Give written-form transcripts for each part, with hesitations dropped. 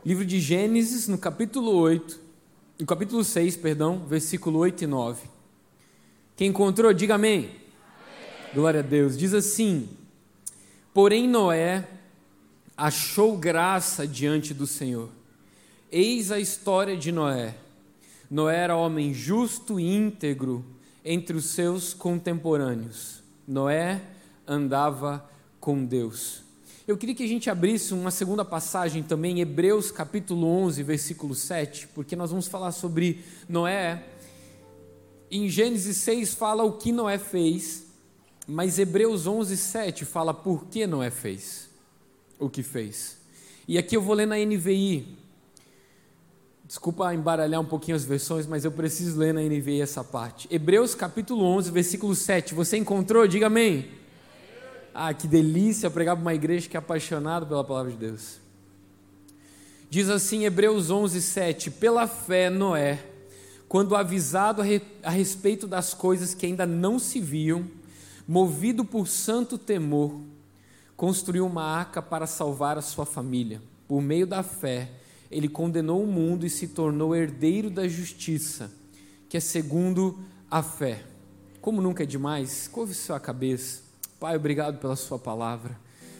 livro de Gênesis, no capítulo 6, versículo 8 e 9. Quem encontrou, diga amém. Amém. Glória a Deus. Diz assim: porém Noé achou graça diante do Senhor. Eis a história de Noé. Noé era homem justo e íntegro entre os seus contemporâneos. Noé andava com Deus. Eu queria que a gente abrisse uma segunda passagem também, Hebreus capítulo 11, versículo 7, porque nós vamos falar sobre Noé. Em Gênesis 6 fala o que Noé fez, mas Hebreus 11, 7 fala por que Noé fez o que fez. E aqui eu vou ler na NVI. Desculpa embaralhar um pouquinho as versões, mas eu preciso ler na NVI essa parte. Hebreus capítulo 11, versículo 7. Você encontrou? Diga amém. Ah, que delícia pregar para uma igreja que é apaixonada pela palavra de Deus. Diz assim, Hebreus 11, 7. Pela fé, Noé, quando avisado a respeito das coisas que ainda não se viam, movido por santo temor, construiu uma arca para salvar a sua família. Por meio da fé, ele condenou o mundo e se tornou herdeiro da justiça, que é segundo a fé. Como nunca é demais, curve sua cabeça. Pai, obrigado pela sua palavra.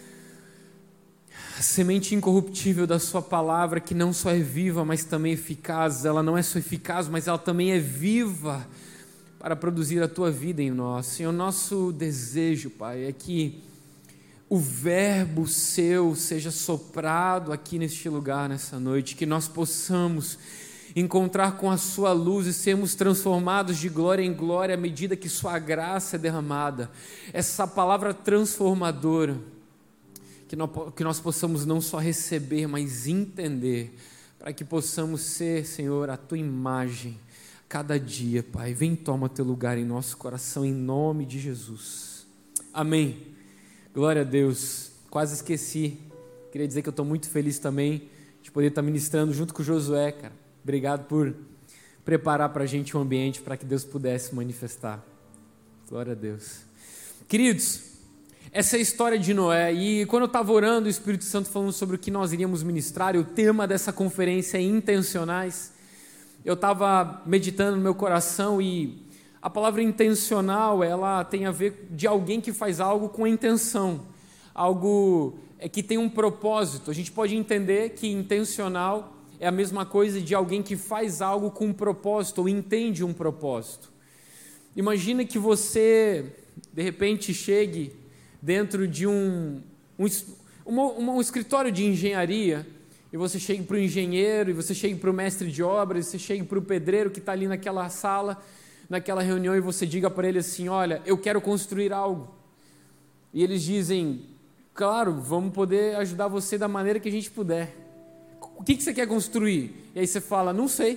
A semente incorruptível da sua palavra, que não só é viva, mas também eficaz. Ela não é só eficaz, mas ela também é viva para produzir a tua vida em nós. E o nosso desejo, Pai, é que o verbo seu seja soprado aqui neste lugar, nessa noite, que nós possamos encontrar com a sua luz e sermos transformados de glória em glória à medida que sua graça é derramada. Essa palavra transformadora, que nós possamos não só receber, mas entender, para que possamos ser, Senhor, a tua imagem cada dia, Pai. Vem, toma teu lugar em nosso coração, em nome de Jesus. Amém. Glória a Deus. Quase esqueci. Queria dizer que eu estou muito feliz também de poder estar ministrando junto com o Josué, cara. Obrigado por preparar para a gente um ambiente para que Deus pudesse manifestar. Glória a Deus. Queridos, essa é a história de Noé. E quando eu estava orando, o Espírito Santo falando sobre o que nós iríamos ministrar, e o tema dessa conferência é intencionais. Eu estava meditando no meu coração e a palavra intencional, ela tem a ver de alguém que faz algo com intenção. Algo que tem um propósito. A gente pode entender que intencional é a mesma coisa de alguém que faz algo com um propósito, ou entende um propósito. Imagina que você, de repente, chegue dentro de um escritório de engenharia, e você chegue para o engenheiro, e você chegue para o mestre de obras, e você chegue para o pedreiro que está ali naquela sala, naquela reunião, e você diga para ele assim: olha, eu quero construir algo. E eles dizem: claro, vamos poder ajudar você da maneira que a gente puder. O que você quer construir? E aí você fala: não sei.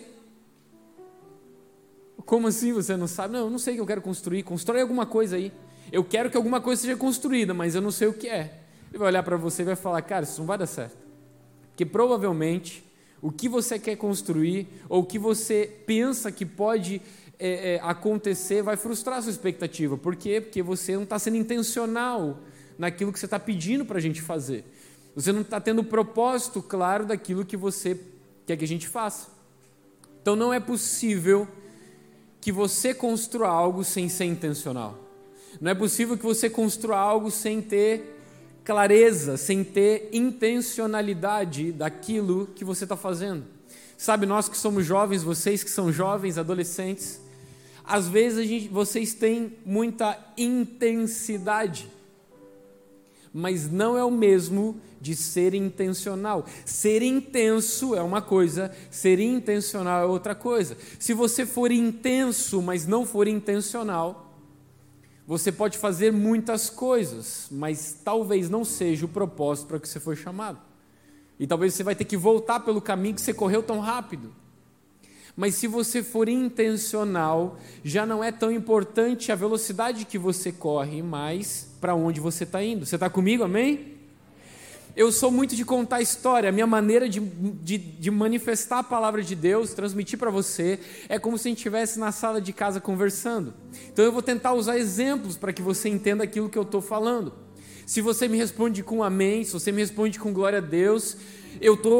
Como assim você não sabe? Não, eu não sei o que eu quero construir. Constrói alguma coisa aí. Eu quero que alguma coisa seja construída, mas eu não sei o que é. Ele vai olhar para você e vai falar: cara, isso não vai dar certo. Porque provavelmente o que você quer construir, ou o que você pensa que pode acontecer, vai frustrar a sua expectativa. Por quê? Porque você não está sendo intencional naquilo que você está pedindo para a gente fazer. Você não está tendo o propósito claro daquilo que você quer que a gente faça. Então não é possível que você construa algo sem ser intencional. Não é possível que você construa algo sem ter clareza, sem ter intencionalidade daquilo que você está fazendo. Sabe, nós que somos jovens, vocês que são jovens, adolescentes, às vezes vocês têm muita intensidade, mas não é o mesmo de ser intencional. Ser intenso é uma coisa, ser intencional é outra coisa. Se você for intenso, mas não for intencional, você pode fazer muitas coisas, mas talvez não seja o propósito para que você foi chamado. E talvez você vai ter que voltar pelo caminho que você correu tão rápido. Mas se você for intencional, já não é tão importante a velocidade que você corre, mas para onde você está indo. Você está comigo, amém? Eu sou muito de contar história. A minha maneira de manifestar a palavra de Deus, transmitir para você, é como se a gente estivesse na sala de casa conversando. Então eu vou tentar usar exemplos para que você entenda aquilo que eu estou falando. Se você me responde com amém, se você me responde com glória a Deus, eu estou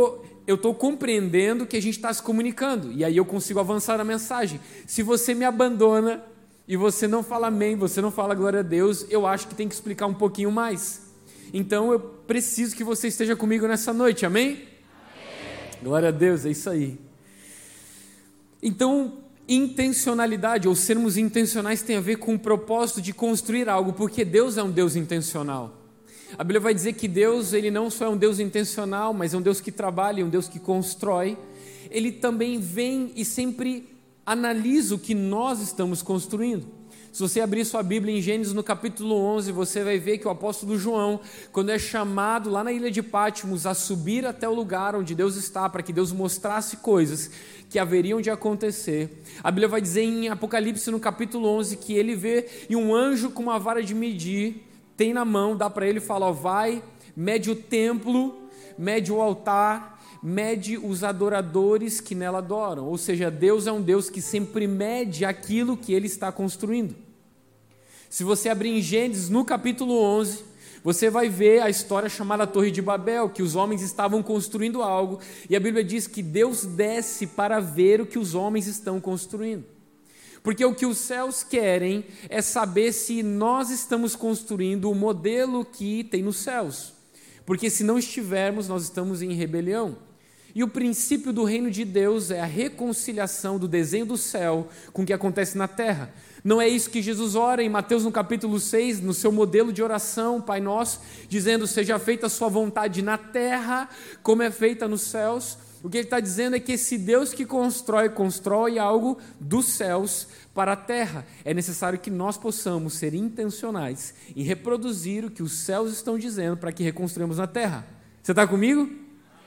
eu estou compreendendo que a gente está se comunicando, e aí eu consigo avançar na mensagem. Se você me abandona e você não fala amém, você não fala glória a Deus, eu acho que tem que explicar um pouquinho mais. Então eu preciso que você esteja comigo nessa noite, amém? Amém. Glória a Deus, é isso aí. Então, intencionalidade, ou sermos intencionais, tem a ver com o propósito de construir algo, porque Deus é um Deus intencional. A Bíblia vai dizer que Deus, Ele não só é um Deus intencional, mas é um Deus que trabalha, um Deus que constrói. Ele também vem e sempre analisa o que nós estamos construindo. Se você abrir sua Bíblia em Gênesis no capítulo 11, você vai ver que o apóstolo João, quando é chamado lá na ilha de Patmos a subir até o lugar onde Deus está, para que Deus mostrasse coisas que haveriam de acontecer, a Bíblia vai dizer em Apocalipse no capítulo 11 que ele vê e um anjo com uma vara de medir tem na mão, dá para ele e fala, ó, vai, mede o templo, mede o altar, mede os adoradores que nela adoram. Ou seja, Deus é um Deus que sempre mede aquilo que Ele está construindo. Se você abrir em Gênesis no capítulo 11, você vai ver a história chamada Torre de Babel, que os homens estavam construindo algo, e a Bíblia diz que Deus desce para ver o que os homens estão construindo. Porque o que os céus querem é saber se nós estamos construindo o modelo que tem nos céus. Porque se não estivermos, nós estamos em rebelião. E o princípio do reino de Deus é a reconciliação do desenho do céu com o que acontece na terra. Não é isso que Jesus ora em Mateus no capítulo 6, no seu modelo de oração, Pai Nosso, dizendo, seja feita a sua vontade na terra, como é feita nos céus. O que ele está dizendo é que esse Deus que constrói algo dos céus para a terra. É necessário que nós possamos ser intencionais em reproduzir o que os céus estão dizendo para que reconstruamos na terra. Você está comigo? Amém.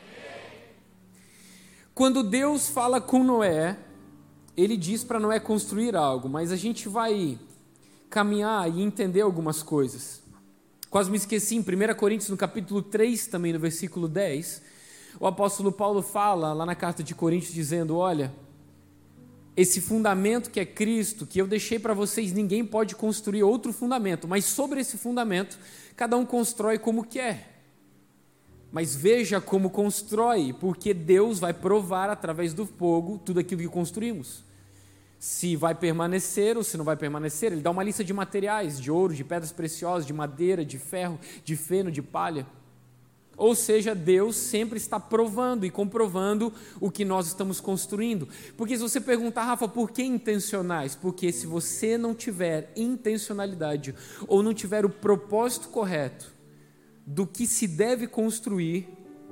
Quando Deus fala com Noé, Ele diz para Noé construir algo, mas a gente vai caminhar e entender algumas coisas. Quase me esqueci, em 1 Coríntios, no capítulo 3, também no versículo 10, o apóstolo Paulo fala lá na carta de Coríntios dizendo, olha, esse fundamento que é Cristo, que eu deixei para vocês, ninguém pode construir outro fundamento, mas sobre esse fundamento, cada um constrói como quer. Mas veja como constrói, porque Deus vai provar através do fogo tudo aquilo que construímos. Se vai permanecer ou se não vai permanecer. Ele dá uma lista de materiais, de ouro, de pedras preciosas, de madeira, de ferro, de feno, de palha. Ou seja, Deus sempre está provando e comprovando o que nós estamos construindo. Porque se você perguntar, Rafa, por que intencionais? Porque se você não tiver intencionalidade ou não tiver o propósito correto do que se deve construir,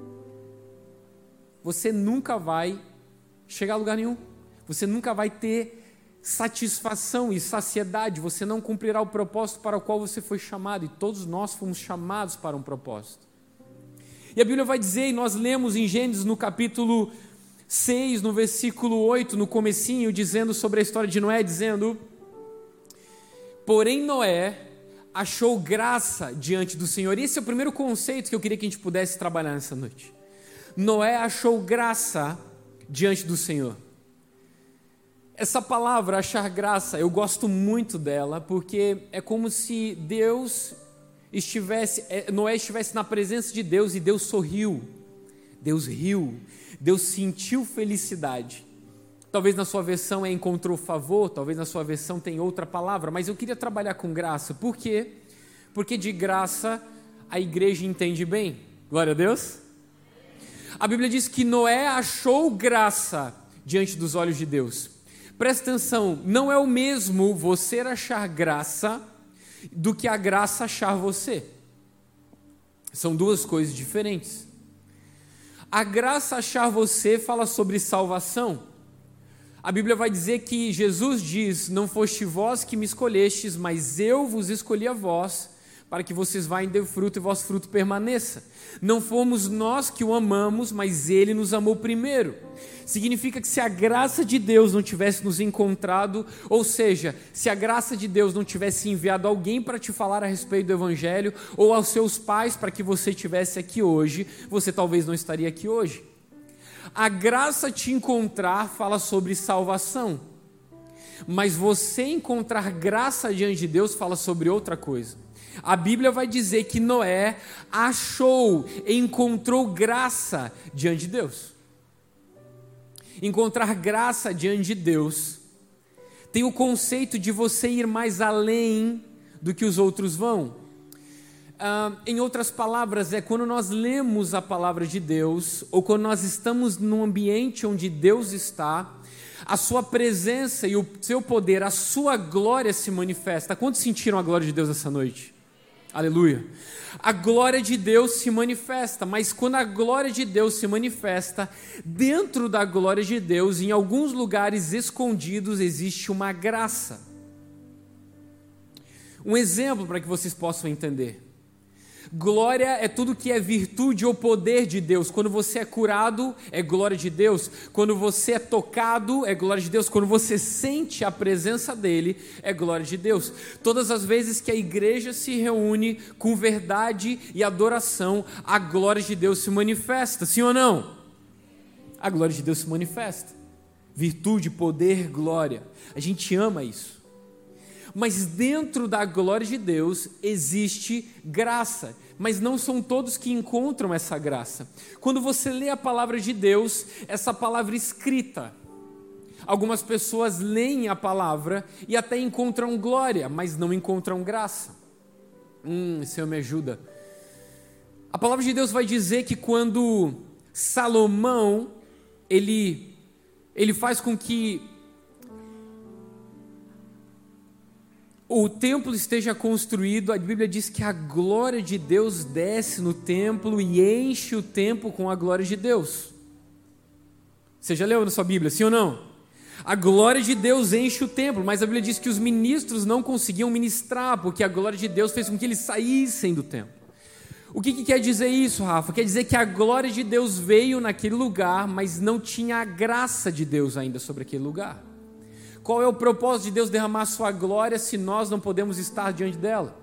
você nunca vai chegar a lugar nenhum. Você nunca vai ter satisfação e saciedade. Você não cumprirá o propósito para o qual você foi chamado. E todos nós fomos chamados para um propósito. E a Bíblia vai dizer, e nós lemos em Gênesis no capítulo 6, no versículo 8, no comecinho, dizendo sobre a história de Noé, dizendo, porém Noé achou graça diante do Senhor. E esse é o primeiro conceito que eu queria que a gente pudesse trabalhar nessa noite. Noé achou graça diante do Senhor. Essa palavra, achar graça, eu gosto muito dela, porque é como se Noé estivesse na presença de Deus e Deus sorriu, Deus riu, Deus sentiu felicidade. Talvez na sua versão encontrou favor, talvez na sua versão tem outra palavra, mas eu queria trabalhar com graça. Por quê? Porque de graça a igreja entende bem. Glória a Deus. A Bíblia diz que Noé achou graça diante dos olhos de Deus. Presta atenção, não é o mesmo você achar graça do que a graça achar você. São duas coisas diferentes. A graça achar você fala sobre salvação. A Bíblia vai dizer que Jesus diz, não foste vós que me escolhestes, mas eu vos escolhi a vós, para que vocês vá e dê fruto e vosso fruto permaneça. Não fomos nós que o amamos, mas Ele nos amou primeiro. Significa que se a graça de Deus não tivesse nos encontrado, ou seja, se a graça de Deus não tivesse enviado alguém para te falar a respeito do Evangelho, ou aos seus pais para que você estivesse aqui hoje, você talvez não estaria aqui hoje. A graça te encontrar fala sobre salvação, mas você encontrar graça diante de Deus fala sobre outra coisa. A Bíblia vai dizer que Noé encontrou graça diante de Deus. encontrar graça diante de Deus, tem o conceito de você ir mais além do que os outros vão. Em outras palavras, é quando nós lemos a palavra de Deus, ou quando nós estamos num ambiente onde Deus está, a sua presença e o seu poder, a sua glória se manifesta. Quantos sentiram a glória de Deus essa noite? Aleluia. A glória de Deus se manifesta, mas quando a glória de Deus se manifesta, dentro da glória de Deus, em alguns lugares escondidos, existe uma graça. Um exemplo para que vocês possam entender. Glória é tudo que é virtude ou poder de Deus. Quando você é curado, é glória de Deus. Quando você é tocado, é glória de Deus. Quando você sente a presença dele, é glória de Deus. Todas as vezes que a igreja se reúne com verdade e adoração, a glória de Deus se manifesta, sim ou não? A glória de Deus se manifesta. Virtude, poder, glória. A gente ama isso. Mas dentro da glória de Deus existe graça, mas não são todos que encontram essa graça. Quando você lê a palavra de Deus, essa palavra escrita, algumas pessoas leem a palavra e até encontram glória, mas não encontram graça. Senhor, me ajuda. A palavra de Deus vai dizer que quando Salomão, ele faz com que o templo esteja construído, a Bíblia diz que a glória de Deus desce no templo e enche o templo com a glória de Deus. Você já leu na sua Bíblia, sim ou não? A glória de Deus enche o templo, mas a Bíblia diz que os ministros não conseguiam ministrar, porque a glória de Deus fez com que eles saíssem do templo. O que quer dizer isso, Rafa? Quer dizer que a glória de Deus veio naquele lugar, mas não tinha a graça de Deus ainda sobre aquele lugar. Qual é o propósito de Deus derramar a sua glória se nós não podemos estar diante dela?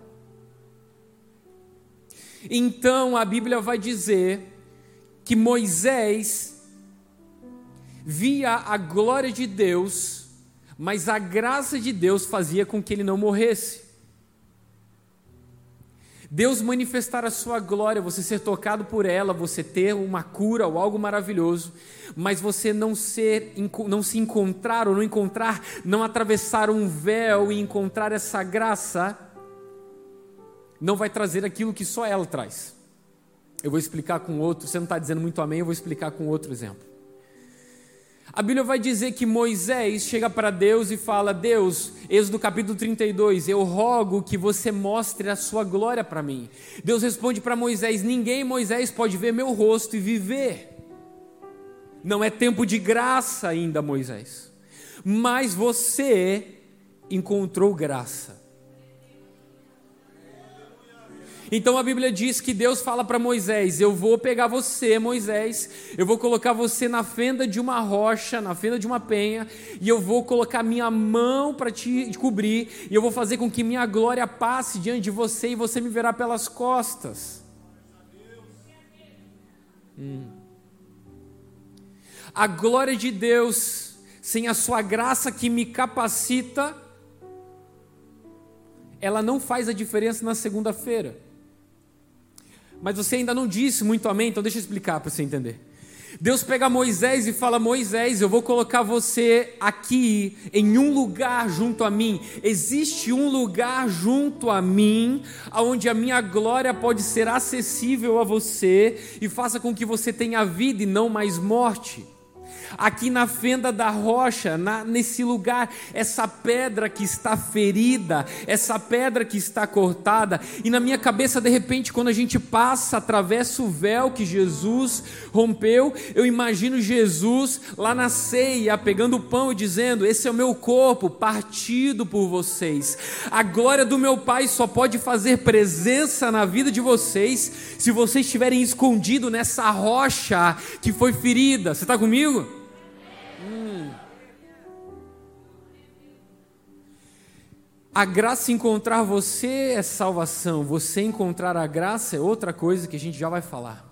Então a Bíblia vai dizer que Moisés via a glória de Deus, mas a graça de Deus fazia com que ele não morresse. Deus manifestar a sua glória, você ser tocado por ela, você ter uma cura ou algo maravilhoso, mas você não se encontrar ou não atravessar um véu e encontrar essa graça, não vai trazer aquilo que só ela traz. Eu vou explicar com outro, você não está dizendo muito amém, eu vou explicar com outro exemplo. A Bíblia vai dizer que Moisés chega para Deus e fala: Deus, Êxodo capítulo 32, eu rogo que você mostre a sua glória para mim. Deus responde para Moisés: ninguém, Moisés, pode ver meu rosto e viver. Não é tempo de graça ainda, Moisés, mas você encontrou graça. Então a Bíblia diz que Deus fala para Moisés: eu vou pegar você, Moisés, eu vou colocar você na fenda de uma rocha, na fenda de uma penha, e eu vou colocar minha mão para te cobrir, e eu vou fazer com que minha glória passe diante de você, e você me verá pelas costas. A glória de Deus, sem a sua graça que me capacita, ela não faz a diferença na segunda-feira. Mas você ainda não disse muito amém, então deixa eu explicar para você entender. Deus pega Moisés e fala: Moisés, eu vou colocar você aqui em um lugar junto a mim. Existe um lugar junto a mim, onde a minha glória pode ser acessível a você e faça com que você tenha vida e não mais morte. Aqui na fenda da rocha, nesse lugar, essa pedra que está ferida, essa pedra que está cortada, e na minha cabeça, de repente, quando a gente passa, atravessa o véu que Jesus rompeu, eu imagino Jesus lá na ceia, pegando o pão e dizendo: esse é o meu corpo partido por vocês. A glória do meu Pai só pode fazer presença na vida de vocês se vocês estiverem escondidos nessa rocha que foi ferida. Você está comigo? A graça encontrar você é salvação, você encontrar a graça é outra coisa que a gente já vai falar.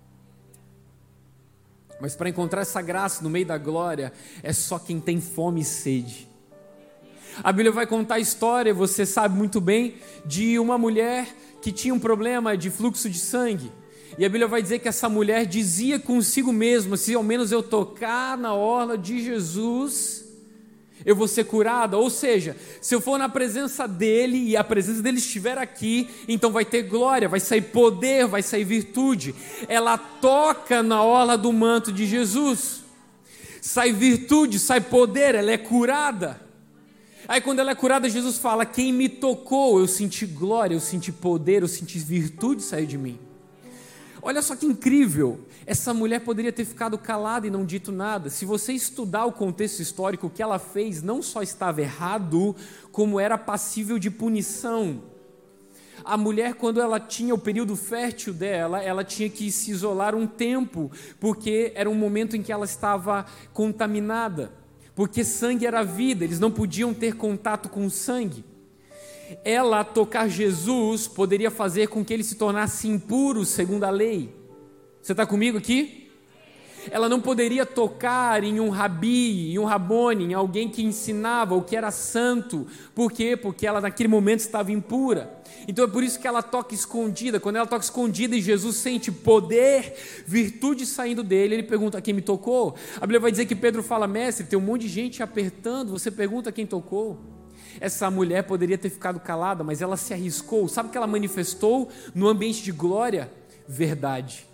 Mas para encontrar essa graça no meio da glória, é só quem tem fome e sede. A Bíblia vai contar a história, você sabe muito bem, de uma mulher que tinha um problema de fluxo de sangue. E a Bíblia vai dizer que essa mulher dizia consigo mesma: se ao menos eu tocar na orla de Jesus, eu vou ser curada. Ou seja, se eu for na presença dele e a presença dele estiver aqui, então vai ter glória, vai sair poder, vai sair virtude. Ela toca na orla do manto de Jesus, sai virtude, sai poder, ela é curada. Aí quando ela é curada, Jesus fala: quem me tocou? Eu senti glória, eu senti poder, eu senti virtude sair de mim. Olha só que incrível, essa mulher poderia ter ficado calada e não dito nada. Se você estudar o contexto histórico, o que ela fez não só estava errado, como era passível de punição. A mulher, quando ela tinha o período fértil dela, ela tinha que se isolar um tempo, porque era um momento em que ela estava contaminada, porque sangue era vida, eles não podiam ter contato com o sangue. Ela tocar Jesus poderia fazer com que ele se tornasse impuro segundo a lei. Você está comigo aqui? Ela não poderia tocar em um rabi, em um rabone, em alguém que ensinava o que era santo. Por quê? Porque ela naquele momento estava impura. Então é por isso que ela toca escondida. Quando ela toca escondida e Jesus sente poder, virtude saindo dele, ele pergunta: quem me tocou? A Bíblia vai dizer que Pedro fala: mestre, tem um monte de gente apertando, você pergunta quem tocou? Essa mulher poderia ter ficado calada, mas ela se arriscou. Sabe o que ela manifestou no ambiente de glória? Verdade.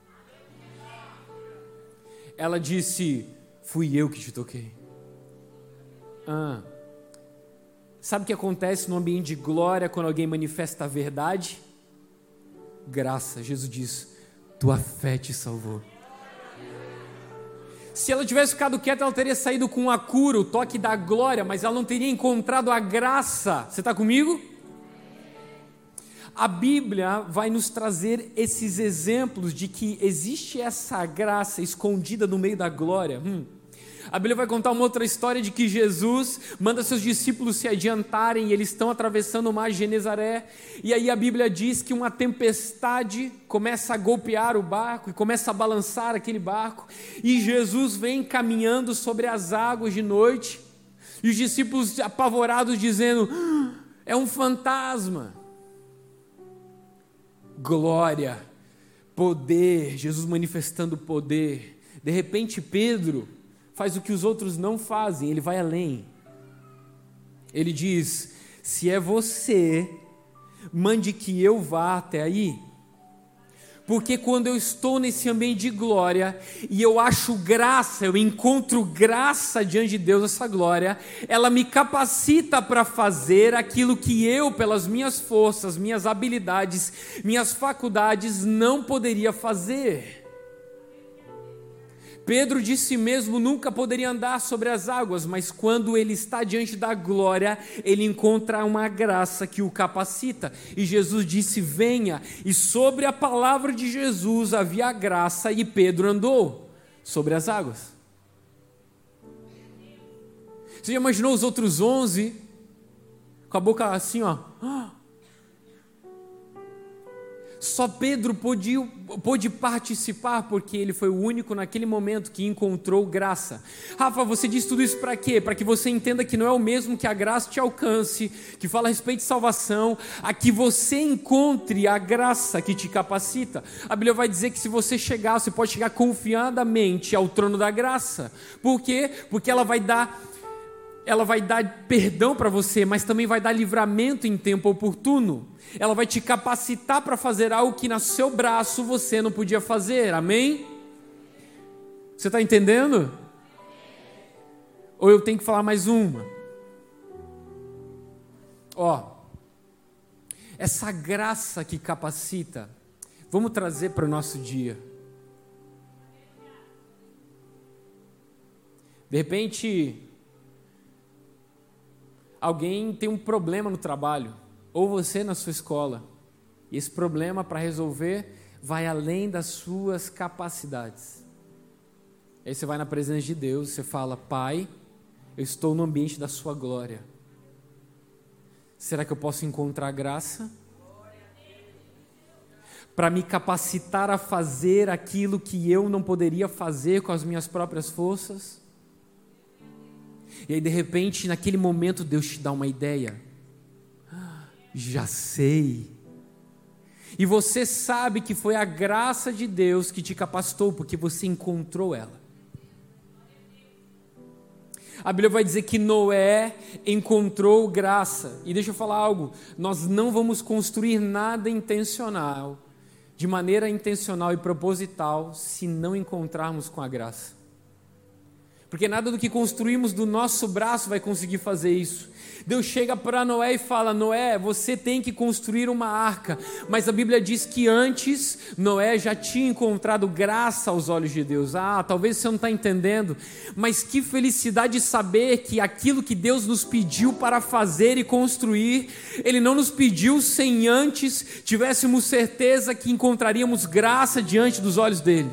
Ela disse: fui eu que te toquei. Sabe o que acontece no ambiente de glória quando alguém manifesta a verdade? Graça. Jesus diz: tua fé te salvou. Se ela tivesse ficado quieta, ela teria saído com a cura, o toque da glória, mas ela não teria encontrado a graça. Você está comigo? A Bíblia vai nos trazer esses exemplos de que existe essa graça escondida no meio da glória. A Bíblia vai contar uma outra história de que Jesus manda seus discípulos se adiantarem e eles estão atravessando o mar de Genezaré, e aí a Bíblia diz que uma tempestade começa a golpear o barco e começa a balançar aquele barco, e Jesus vem caminhando sobre as águas de noite, e os discípulos apavorados dizendo: é um fantasma. Glória, poder, Jesus manifestando poder. De repente Pedro faz o que os outros não fazem, ele vai além. Ele diz: se é você, mande que eu vá até aí. Porque quando eu estou nesse ambiente de glória, e eu acho graça, eu encontro graça diante de Deus, essa glória, ela me capacita para fazer aquilo que eu, pelas minhas forças, minhas habilidades, minhas faculdades, não poderia fazer. Pedro de si mesmo nunca poderia andar sobre as águas, mas quando ele está diante da glória, ele encontra uma graça que o capacita. E Jesus disse: venha. E sobre a palavra de Jesus havia graça, e Pedro andou sobre as águas. Você já imaginou os outros 11 com a boca assim, ó? Só Pedro pôde participar porque ele foi o único naquele momento que encontrou graça. Rafa, você diz tudo isso para quê? Para que você entenda que não é o mesmo que a graça te alcance, que fala a respeito de salvação, a que você encontre a graça que te capacita. A Bíblia vai dizer que se você chegar, você pode chegar confiadamente ao trono da graça. Por quê? Porque ela vai dar perdão para você, mas também vai dar livramento em tempo oportuno. Ela vai te capacitar para fazer algo que no seu braço você não podia fazer, amém? Você está entendendo? Ou eu tenho que falar mais uma? Essa graça que capacita, vamos trazer para o nosso dia. De repente, alguém tem um problema no trabalho, ou você na sua escola, e esse problema, para resolver, vai além das suas capacidades. Aí você vai na presença de Deus, você fala: Pai, eu estou no ambiente da sua glória, será que eu posso encontrar graça para me capacitar a fazer aquilo que eu não poderia fazer com as minhas próprias forças? E aí de repente, naquele momento, Deus te dá uma ideia: já sei. E você sabe que foi a graça de Deus que te capacitou, porque você encontrou ela. A Bíblia vai dizer que Noé encontrou graça. E deixa eu falar algo, nós não vamos construir nada intencional, de maneira intencional e proposital, se não encontrarmos com a graça. Porque nada do que construímos do nosso braço vai conseguir fazer isso. Deus chega para Noé e fala: Noé, você tem que construir uma arca. Mas a Bíblia diz que antes Noé já tinha encontrado graça aos olhos de Deus. Talvez você não está entendendo, mas que felicidade saber que aquilo que Deus nos pediu para fazer e construir, Ele não nos pediu sem antes tivéssemos certeza que encontraríamos graça diante dos olhos dele.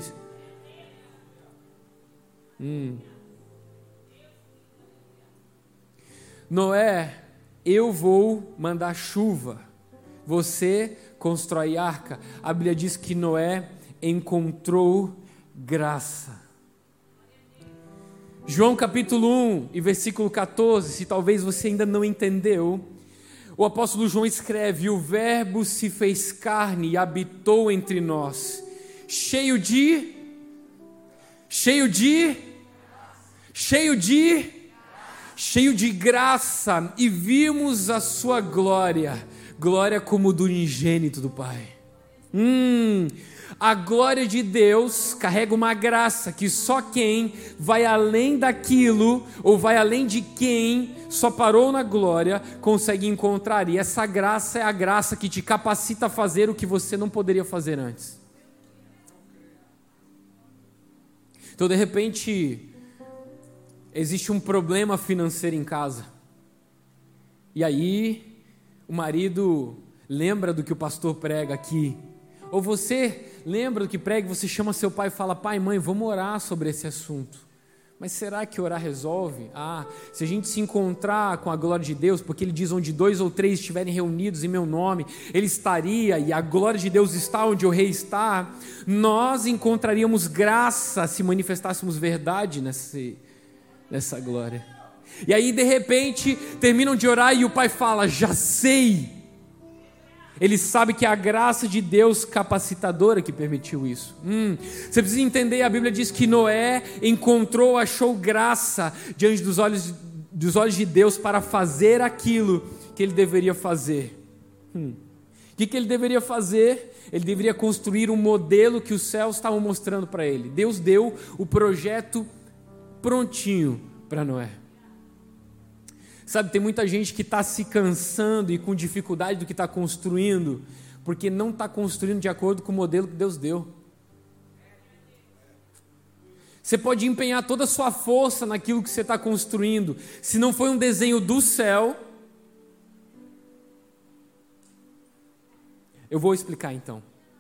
Noé, eu vou mandar chuva, você constrói arca. A Bíblia diz que Noé encontrou graça. João capítulo 1 e versículo 14, se talvez você ainda não entendeu, o apóstolo João escreve: o verbo se fez carne e habitou entre nós, cheio de graça, e vimos a sua glória como do unigênito do Pai. A glória de Deus carrega uma graça que só quem vai além daquilo, ou vai além de quem só parou na glória, consegue encontrar. E essa graça é a graça que te capacita a fazer o que você não poderia fazer antes. Então, de repente, existe um problema financeiro em casa. E aí, o marido lembra do que o pastor prega aqui. Ou você lembra do que prega, você chama seu pai e fala: pai, mãe, vamos orar sobre esse assunto. Mas será que orar resolve? Se a gente se encontrar com a glória de Deus, porque Ele diz: onde 2 ou 3 estiverem reunidos em meu nome, Ele estaria, e a glória de Deus está onde o Rei está. Nós encontraríamos graça se manifestássemos verdade nessa glória. E aí, de repente, terminam de orar e o pai fala: já sei. Ele sabe que é a graça de Deus capacitadora que permitiu isso. Você precisa entender, a Bíblia diz que Noé achou graça diante dos olhos de Deus para fazer aquilo que ele deveria fazer. O que ele deveria fazer? Ele deveria construir um modelo que os céus estavam mostrando para ele. Deus deu o projeto prontinho para Noé. Sabe, tem muita gente que está se cansando e com dificuldade do que está construindo, porque não está construindo de acordo com o modelo que Deus deu. Você pode empenhar toda a sua força naquilo que você está construindo, se não foi um desenho do céu. Eu vou explicar então.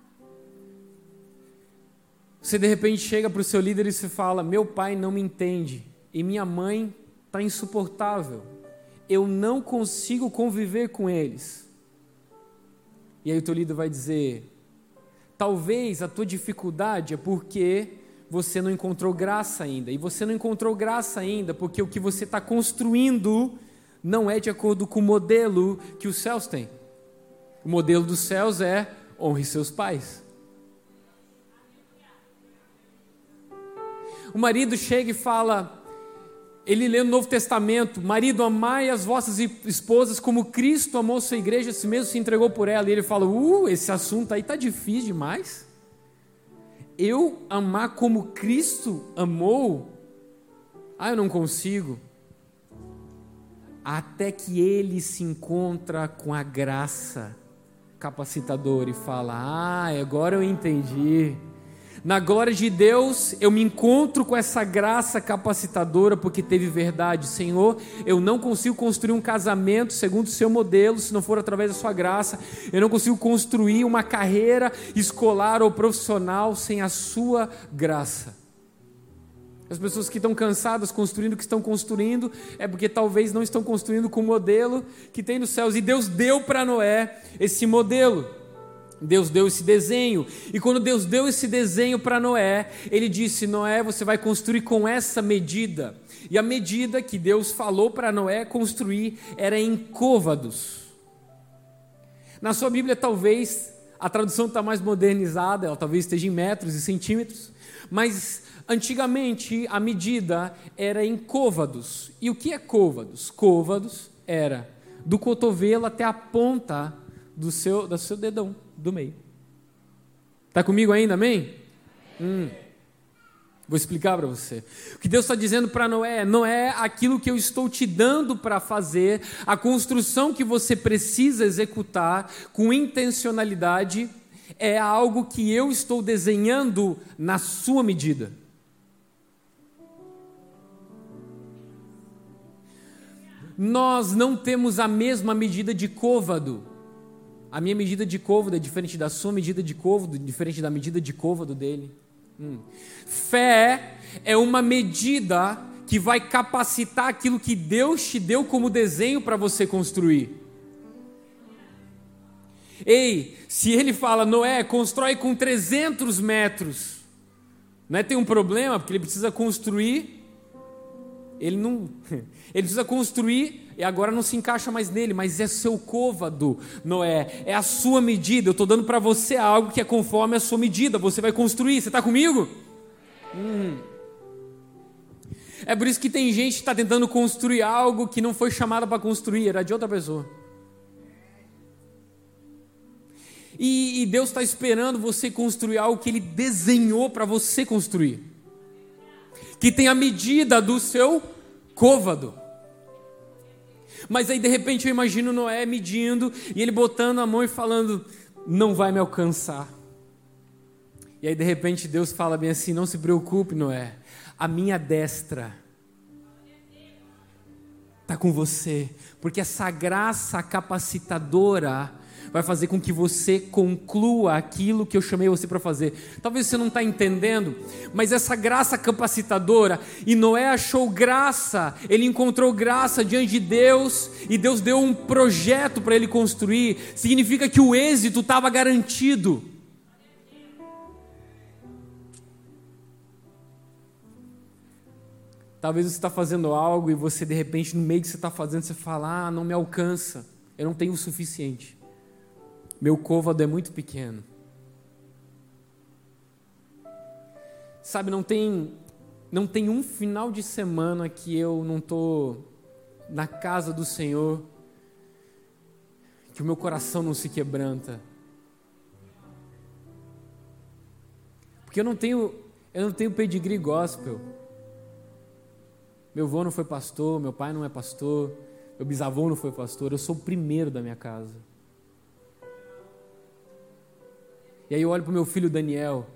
Você de repente chega para o seu líder e se fala: meu pai não me entende, e minha mãe está insuportável, eu não consigo conviver com eles. E aí o teu líder vai dizer: talvez a tua dificuldade é porque você não encontrou graça ainda. E você não encontrou graça ainda porque o que você está construindo não é de acordo com o modelo que os céus têm. O modelo dos céus é: honre seus pais. O marido chega e fala, ele lê no Novo Testamento: marido, amai as vossas esposas como Cristo amou sua igreja, assim mesmo se entregou por ela. E ele fala: esse assunto aí está difícil demais. Eu amar como Cristo amou? Eu não consigo. Até que ele se encontra com a graça capacitadora e fala: agora eu entendi. Na glória de Deus, eu me encontro com essa graça capacitadora porque teve verdade. Senhor, eu não consigo construir um casamento segundo o seu modelo se não for através da sua graça. Eu não consigo construir uma carreira escolar ou profissional sem a sua graça. As pessoas que estão cansadas construindo o que estão construindo é porque talvez não estão construindo com o modelo que tem nos céus. E Deus deu para Noé esse modelo. Deus deu esse desenho, e quando Deus deu esse desenho para Noé, Ele disse: Noé, você vai construir com essa medida. E a medida que Deus falou para Noé construir era em côvados. Na sua Bíblia talvez A tradução está mais modernizada, ela talvez esteja em metros e centímetros, mas antigamente a medida era em côvados. E o que é côvados? Côvados era do cotovelo até a ponta do seu dedão, do meio. Está comigo ainda, amém? Vou explicar para você. O que Deus está dizendo para Noé não é aquilo que eu estou te dando para fazer, a construção que você precisa executar com intencionalidade, é algo que eu estou desenhando na sua medida. Nós não temos a mesma medida de côvado. A minha medida de côvado é diferente da sua medida de côvado, diferente da medida de côvado dele. Fé é uma medida que vai capacitar aquilo que Deus te deu como desenho para você construir. Ei, se ele fala, Noé, constrói com 300 metros, não é, tem um problema, porque ele precisa construir, ele precisa construir e agora não se encaixa mais nele, mas é seu côvado, Noé, é a sua medida. Eu estou dando para você algo que é conforme a sua medida, você vai construir, você está comigo? É por isso que tem gente que está tentando construir algo que não foi chamada para construir, era de outra pessoa. E Deus está esperando você construir algo que Ele desenhou para você construir, que tem a medida do seu côvado. Mas aí de repente eu imagino Noé medindo e ele botando a mão e falando, não vai me alcançar. E aí de repente Deus fala bem assim, não se preocupe, Noé, a minha destra está com você, porque essa graça capacitadora vai fazer com que você conclua aquilo que eu chamei você para fazer. Talvez você não está entendendo, mas essa graça capacitadora, e Noé achou graça, ele encontrou graça diante de Deus, e Deus deu um projeto para ele construir, significa que o êxito estava garantido. Talvez você está fazendo algo e você de repente no meio que você está fazendo, você fala, não me alcança, eu não tenho o suficiente. Meu côvado é muito pequeno. Sabe, não tem um final de semana que eu não estou na casa do Senhor, que o meu coração não se quebranta. Porque eu não tenho pedigree gospel. Meu avô não foi pastor, meu pai não é pastor, meu bisavô não foi pastor, eu sou o primeiro da minha casa. E aí eu olho para o meu filho Daniel.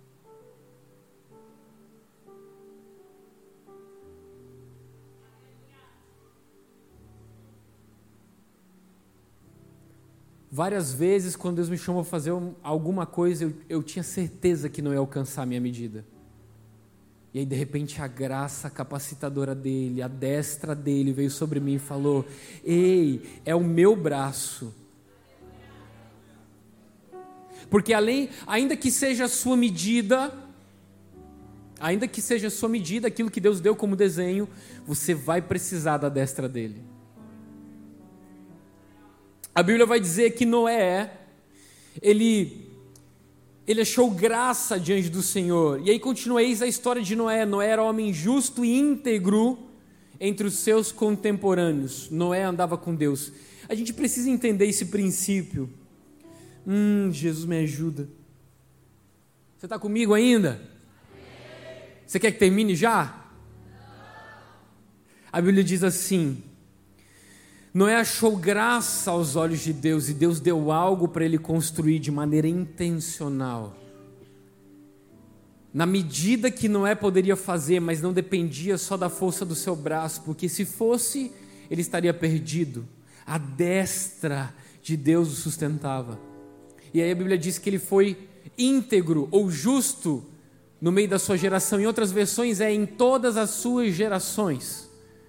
Várias vezes, quando Deus me chamou a fazer alguma coisa, eu tinha certeza que não ia alcançar a minha medida. E aí, de repente, a graça capacitadora dele, a destra dele veio sobre mim e falou, ei, é o meu braço. Porque ainda que seja a sua medida, aquilo que Deus deu como desenho, você vai precisar da destra dele. A Bíblia vai dizer que Noé, ele achou graça diante do Senhor. E aí continua, eis a história de Noé. Noé era homem justo e íntegro entre os seus contemporâneos. Noé andava com Deus. A gente precisa entender esse princípio. Jesus me ajuda. Você está comigo ainda? Você quer que termine já? A Bíblia diz assim, Noé achou graça aos olhos de Deus e Deus deu algo para ele construir de maneira intencional. Na medida que Noé poderia fazer, mas não dependia só da força do seu braço, porque se fosse, ele estaria perdido. A destra de Deus o sustentava. E aí a Bíblia diz que ele foi íntegro ou justo no meio da sua geração. Em outras versões é em todas as suas gerações.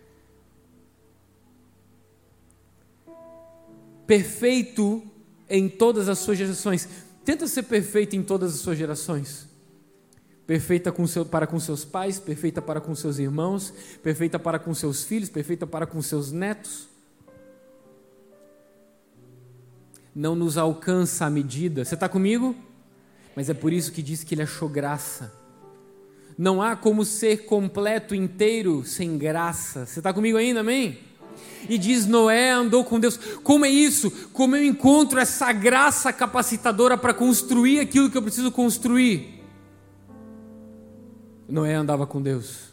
Perfeito em todas as suas gerações. Tenta ser perfeito em todas as suas gerações. Perfeita para com seus pais, perfeita para com seus irmãos, perfeita para com seus filhos, perfeita para com seus netos. não nos alcança a medida. Você está comigo? Mas é por isso que diz que ele achou graça. Não há como ser completo, inteiro, sem graça. Você está comigo ainda, amém? E diz, Noé andou com Deus. Como é isso? Como eu encontro essa graça capacitadora para construir aquilo que eu preciso construir? Noé andava com Deus.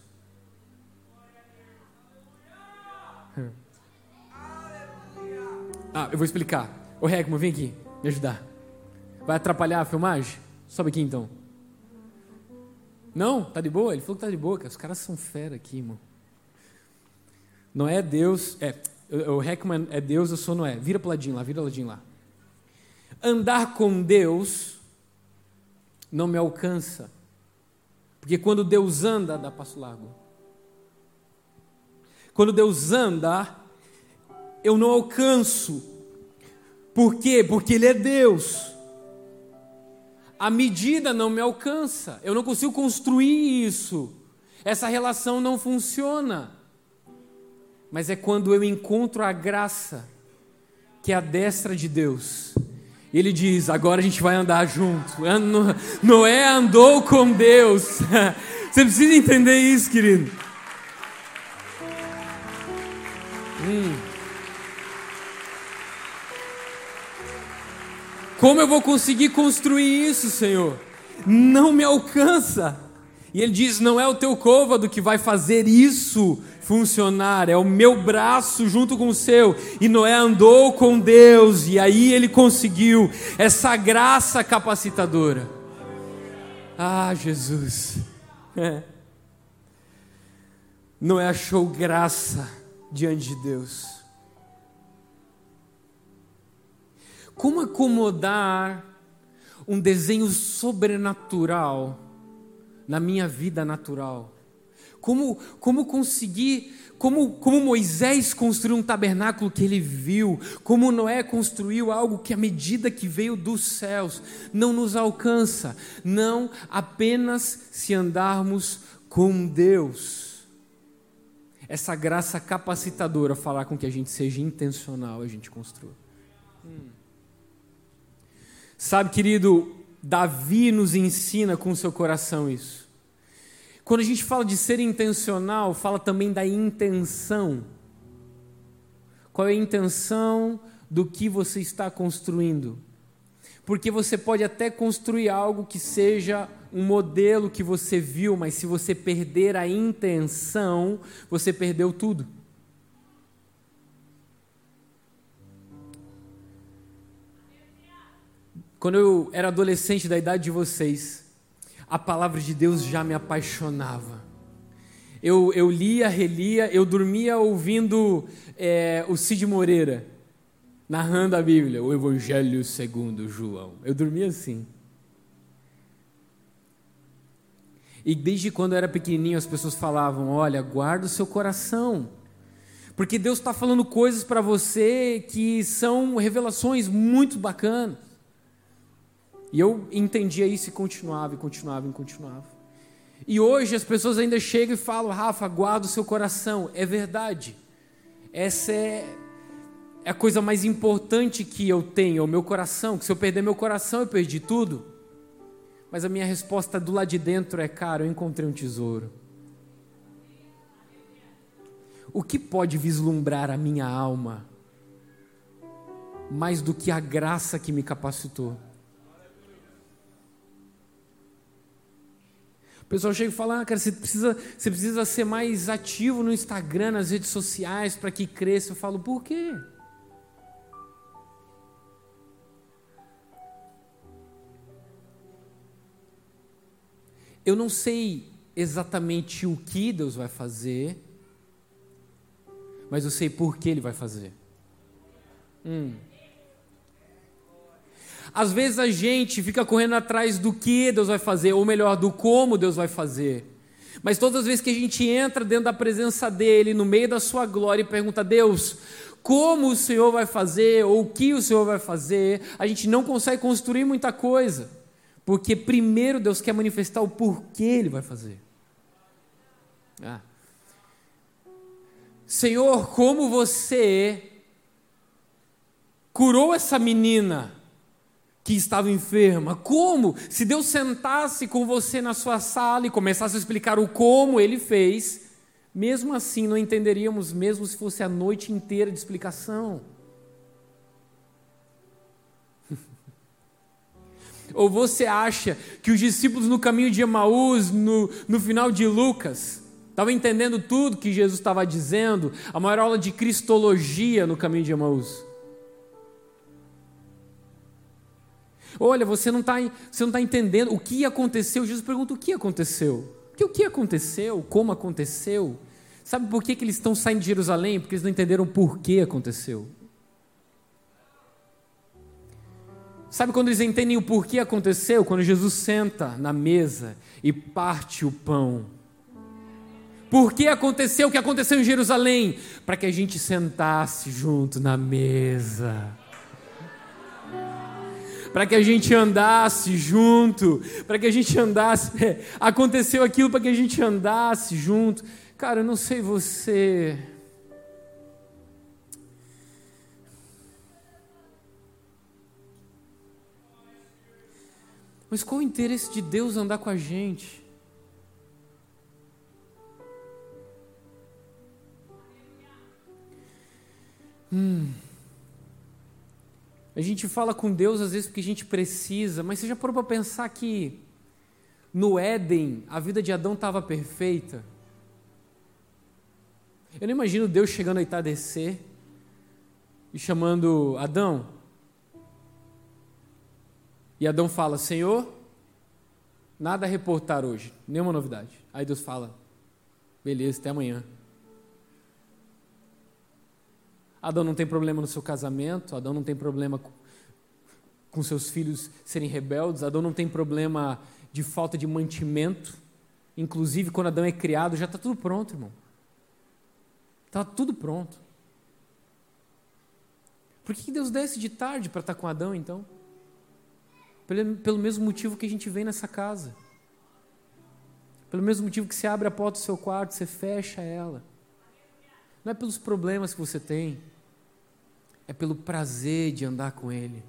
Eu vou explicar. Ô Regman, vem aqui, me ajudar. Vai atrapalhar a filmagem? Sobe aqui então. Não? Tá de boa? Ele falou que tá de boa, cara. Os caras são fera aqui, irmão. Noé é Deus. O Regman é Deus, eu sou Noé. Vira pro ladinho lá. Andar com Deus não me alcança. Porque quando Deus anda, dá passo largo. Quando Deus anda, eu não alcanço. Por quê? Porque Ele é Deus. A medida não me alcança. Eu não consigo construir isso. Essa relação não funciona. Mas é quando eu encontro a graça, que é a destra de Deus. Ele diz, agora a gente vai andar junto. Noé andou com Deus. Você precisa entender isso, querido. Como eu vou conseguir construir isso, Senhor? Não me alcança. E ele diz, não é o teu côvado que vai fazer isso funcionar, é o meu braço junto com o seu. E Noé andou com Deus, e aí ele conseguiu essa graça capacitadora. Jesus. Noé achou graça diante de Deus. Como acomodar um desenho sobrenatural na minha vida natural? Como conseguir, como Moisés construiu um tabernáculo que ele viu, como Noé construiu algo que à medida que veio dos céus, não nos alcança, não apenas se andarmos com Deus. Essa graça capacitadora fará com que a gente seja intencional, a gente construa. Sabe, querido, Davi nos ensina com o seu coração isso. Quando a gente fala de ser intencional, fala também da intenção. Qual é a intenção do que você está construindo? Porque você pode até construir algo que seja um modelo que você viu, mas se você perder a intenção, você perdeu tudo. Quando eu era adolescente da idade de vocês, a palavra de Deus já me apaixonava. Eu lia, relia, eu dormia ouvindo o Cid Moreira, narrando a Bíblia, o Evangelho segundo João. Eu dormia assim. E desde quando eu era pequenininho as pessoas falavam, olha, guarda o seu coração, porque Deus está falando coisas para você que são revelações muito bacanas. E eu entendia isso e continuava. E hoje as pessoas ainda chegam e falam, Rafa, guarda o seu coração. É verdade. Essa é a coisa mais importante que eu tenho, é o meu coração. Que se eu perder meu coração, eu perdi tudo. Mas a minha resposta do lado de dentro é, cara, eu encontrei um tesouro. O que pode vislumbrar a minha alma mais do que a graça que me capacitou? O pessoal chega e fala, cara, você precisa ser mais ativo no Instagram, nas redes sociais, para que cresça. Eu falo, por quê? Eu não sei exatamente o que Deus vai fazer, mas eu sei por que Ele vai fazer. Às vezes a gente fica correndo atrás do que Deus vai fazer, ou melhor, do como Deus vai fazer. Mas todas as vezes que a gente entra dentro da presença dEle, no meio da sua glória, e pergunta, Deus, como o Senhor vai fazer, ou o que o Senhor vai fazer, a gente não consegue construir muita coisa. Porque primeiro Deus quer manifestar o porquê Ele vai fazer. Senhor, como você curou essa menina que estava enferma. Como? Se Deus sentasse com você na sua sala e começasse a explicar o como Ele fez, mesmo assim não entenderíamos, mesmo se fosse a noite inteira de explicação. Ou você acha que os discípulos no caminho de Emaús, no final de Lucas, estavam entendendo tudo que Jesus estava dizendo, a maior aula de cristologia no caminho de Emaús? Olha, você não está entendendo o que aconteceu. Jesus pergunta o que aconteceu. O que aconteceu? Como aconteceu? Sabe por que eles estão saindo de Jerusalém? Porque eles não entenderam por que aconteceu. Sabe quando eles entendem o porquê aconteceu? Quando Jesus senta na mesa e parte o pão. Por que aconteceu o que aconteceu em Jerusalém? Para que a gente sentasse junto na mesa. Para que a gente andasse junto. Para que a gente andasse. Aconteceu aquilo para que a gente andasse junto. Cara, eu não sei você. Mas qual o interesse de Deus andar com a gente? A gente fala com Deus às vezes porque a gente precisa, mas você já parou para pensar que no Éden a vida de Adão estava perfeita? Eu não imagino Deus chegando a entardecer e chamando Adão. E Adão fala: Senhor, nada a reportar hoje, nenhuma novidade. Aí Deus fala: beleza, até amanhã. Adão não tem problema no seu casamento, Adão não tem problema com seus filhos serem rebeldes, Adão não tem problema de falta de mantimento. Inclusive, quando Adão é criado, já está tudo pronto, irmão. Está tudo pronto. Por que Deus desce de tarde para estar com Adão, então? Pelo mesmo motivo que a gente vem nessa casa. Pelo mesmo motivo que você abre a porta do seu quarto, você fecha ela. Não é pelos problemas que você tem, é pelo prazer de andar com Ele.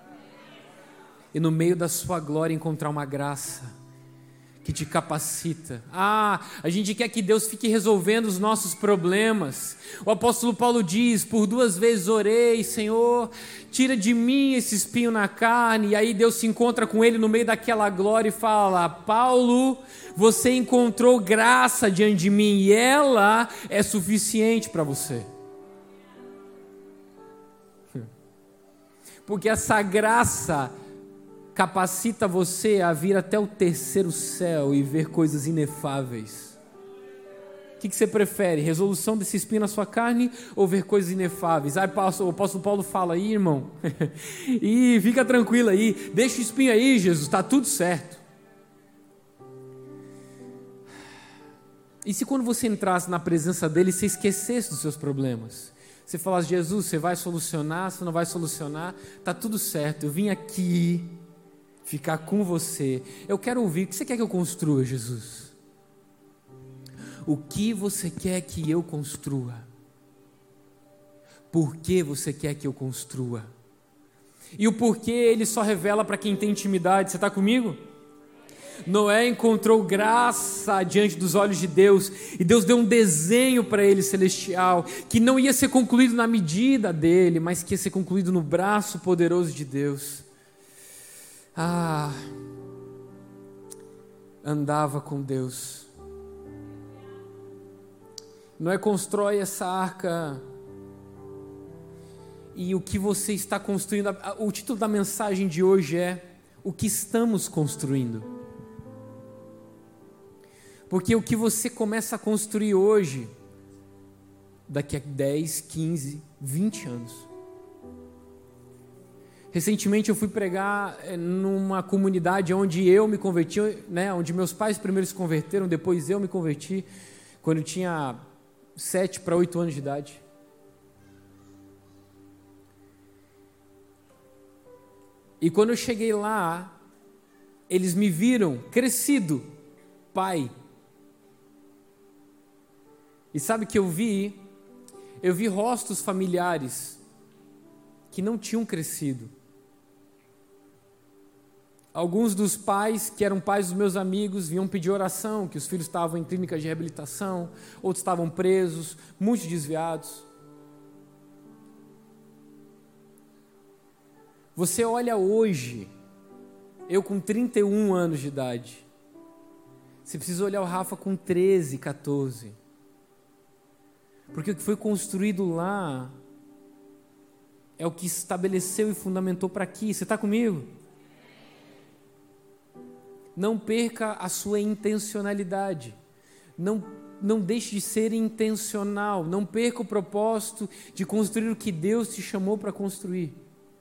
E no meio da sua glória encontrar uma graça que te capacita. A gente quer que Deus fique resolvendo os nossos problemas. O apóstolo Paulo diz: por 2 vezes orei, Senhor, tira de mim esse espinho na carne. E aí Deus se encontra com ele no meio daquela glória e fala: Paulo, você encontrou graça diante de mim e ela é suficiente para você. Porque essa graça capacita você a vir até o 3º céu e ver coisas inefáveis. O que você prefere? Resolução desse espinho na sua carne ou ver coisas inefáveis? O apóstolo Paulo fala aí, irmão. E fica tranquilo aí, deixa o espinho aí, Jesus, está tudo certo. E se quando você entrasse na presença dele, você esquecesse dos seus problemas? Você falasse: Jesus, você vai solucionar, você não vai solucionar, está tudo certo, eu vim aqui ficar com você. Eu quero ouvir. O que você quer que eu construa, Jesus? O que você quer que eu construa? Por que você quer que eu construa? E o porquê ele só revela para quem tem intimidade. Você está comigo? Noé encontrou graça diante dos olhos de Deus, e Deus deu um desenho para ele celestial, que não ia ser concluído na medida dele, mas que ia ser concluído no braço poderoso de Deus. Andava com Deus. Noé constrói essa arca, e o que você está construindo, o título da mensagem de hoje é: o que estamos construindo? Porque o que você começa a construir hoje, daqui a 10, 15, 20 anos. Recentemente eu fui pregar numa comunidade onde eu me converti, né, onde meus pais primeiro se converteram, depois eu me converti, quando eu tinha 7 para 8 anos de idade. E quando eu cheguei lá, eles me viram crescido, pai. E sabe o que eu vi? Eu vi rostos familiares que não tinham crescido. Alguns dos pais, que eram pais dos meus amigos, vinham pedir oração, que os filhos estavam em clínicas de reabilitação, outros estavam presos, muitos desviados. Você olha hoje, eu com 31 anos de idade, você precisa olhar o Rafa com 13, 14. Porque o que foi construído lá é o que estabeleceu e fundamentou para aqui. Você está comigo? Não perca a sua intencionalidade. Não deixe de ser intencional. Não perca o propósito de construir o que Deus te chamou para construir.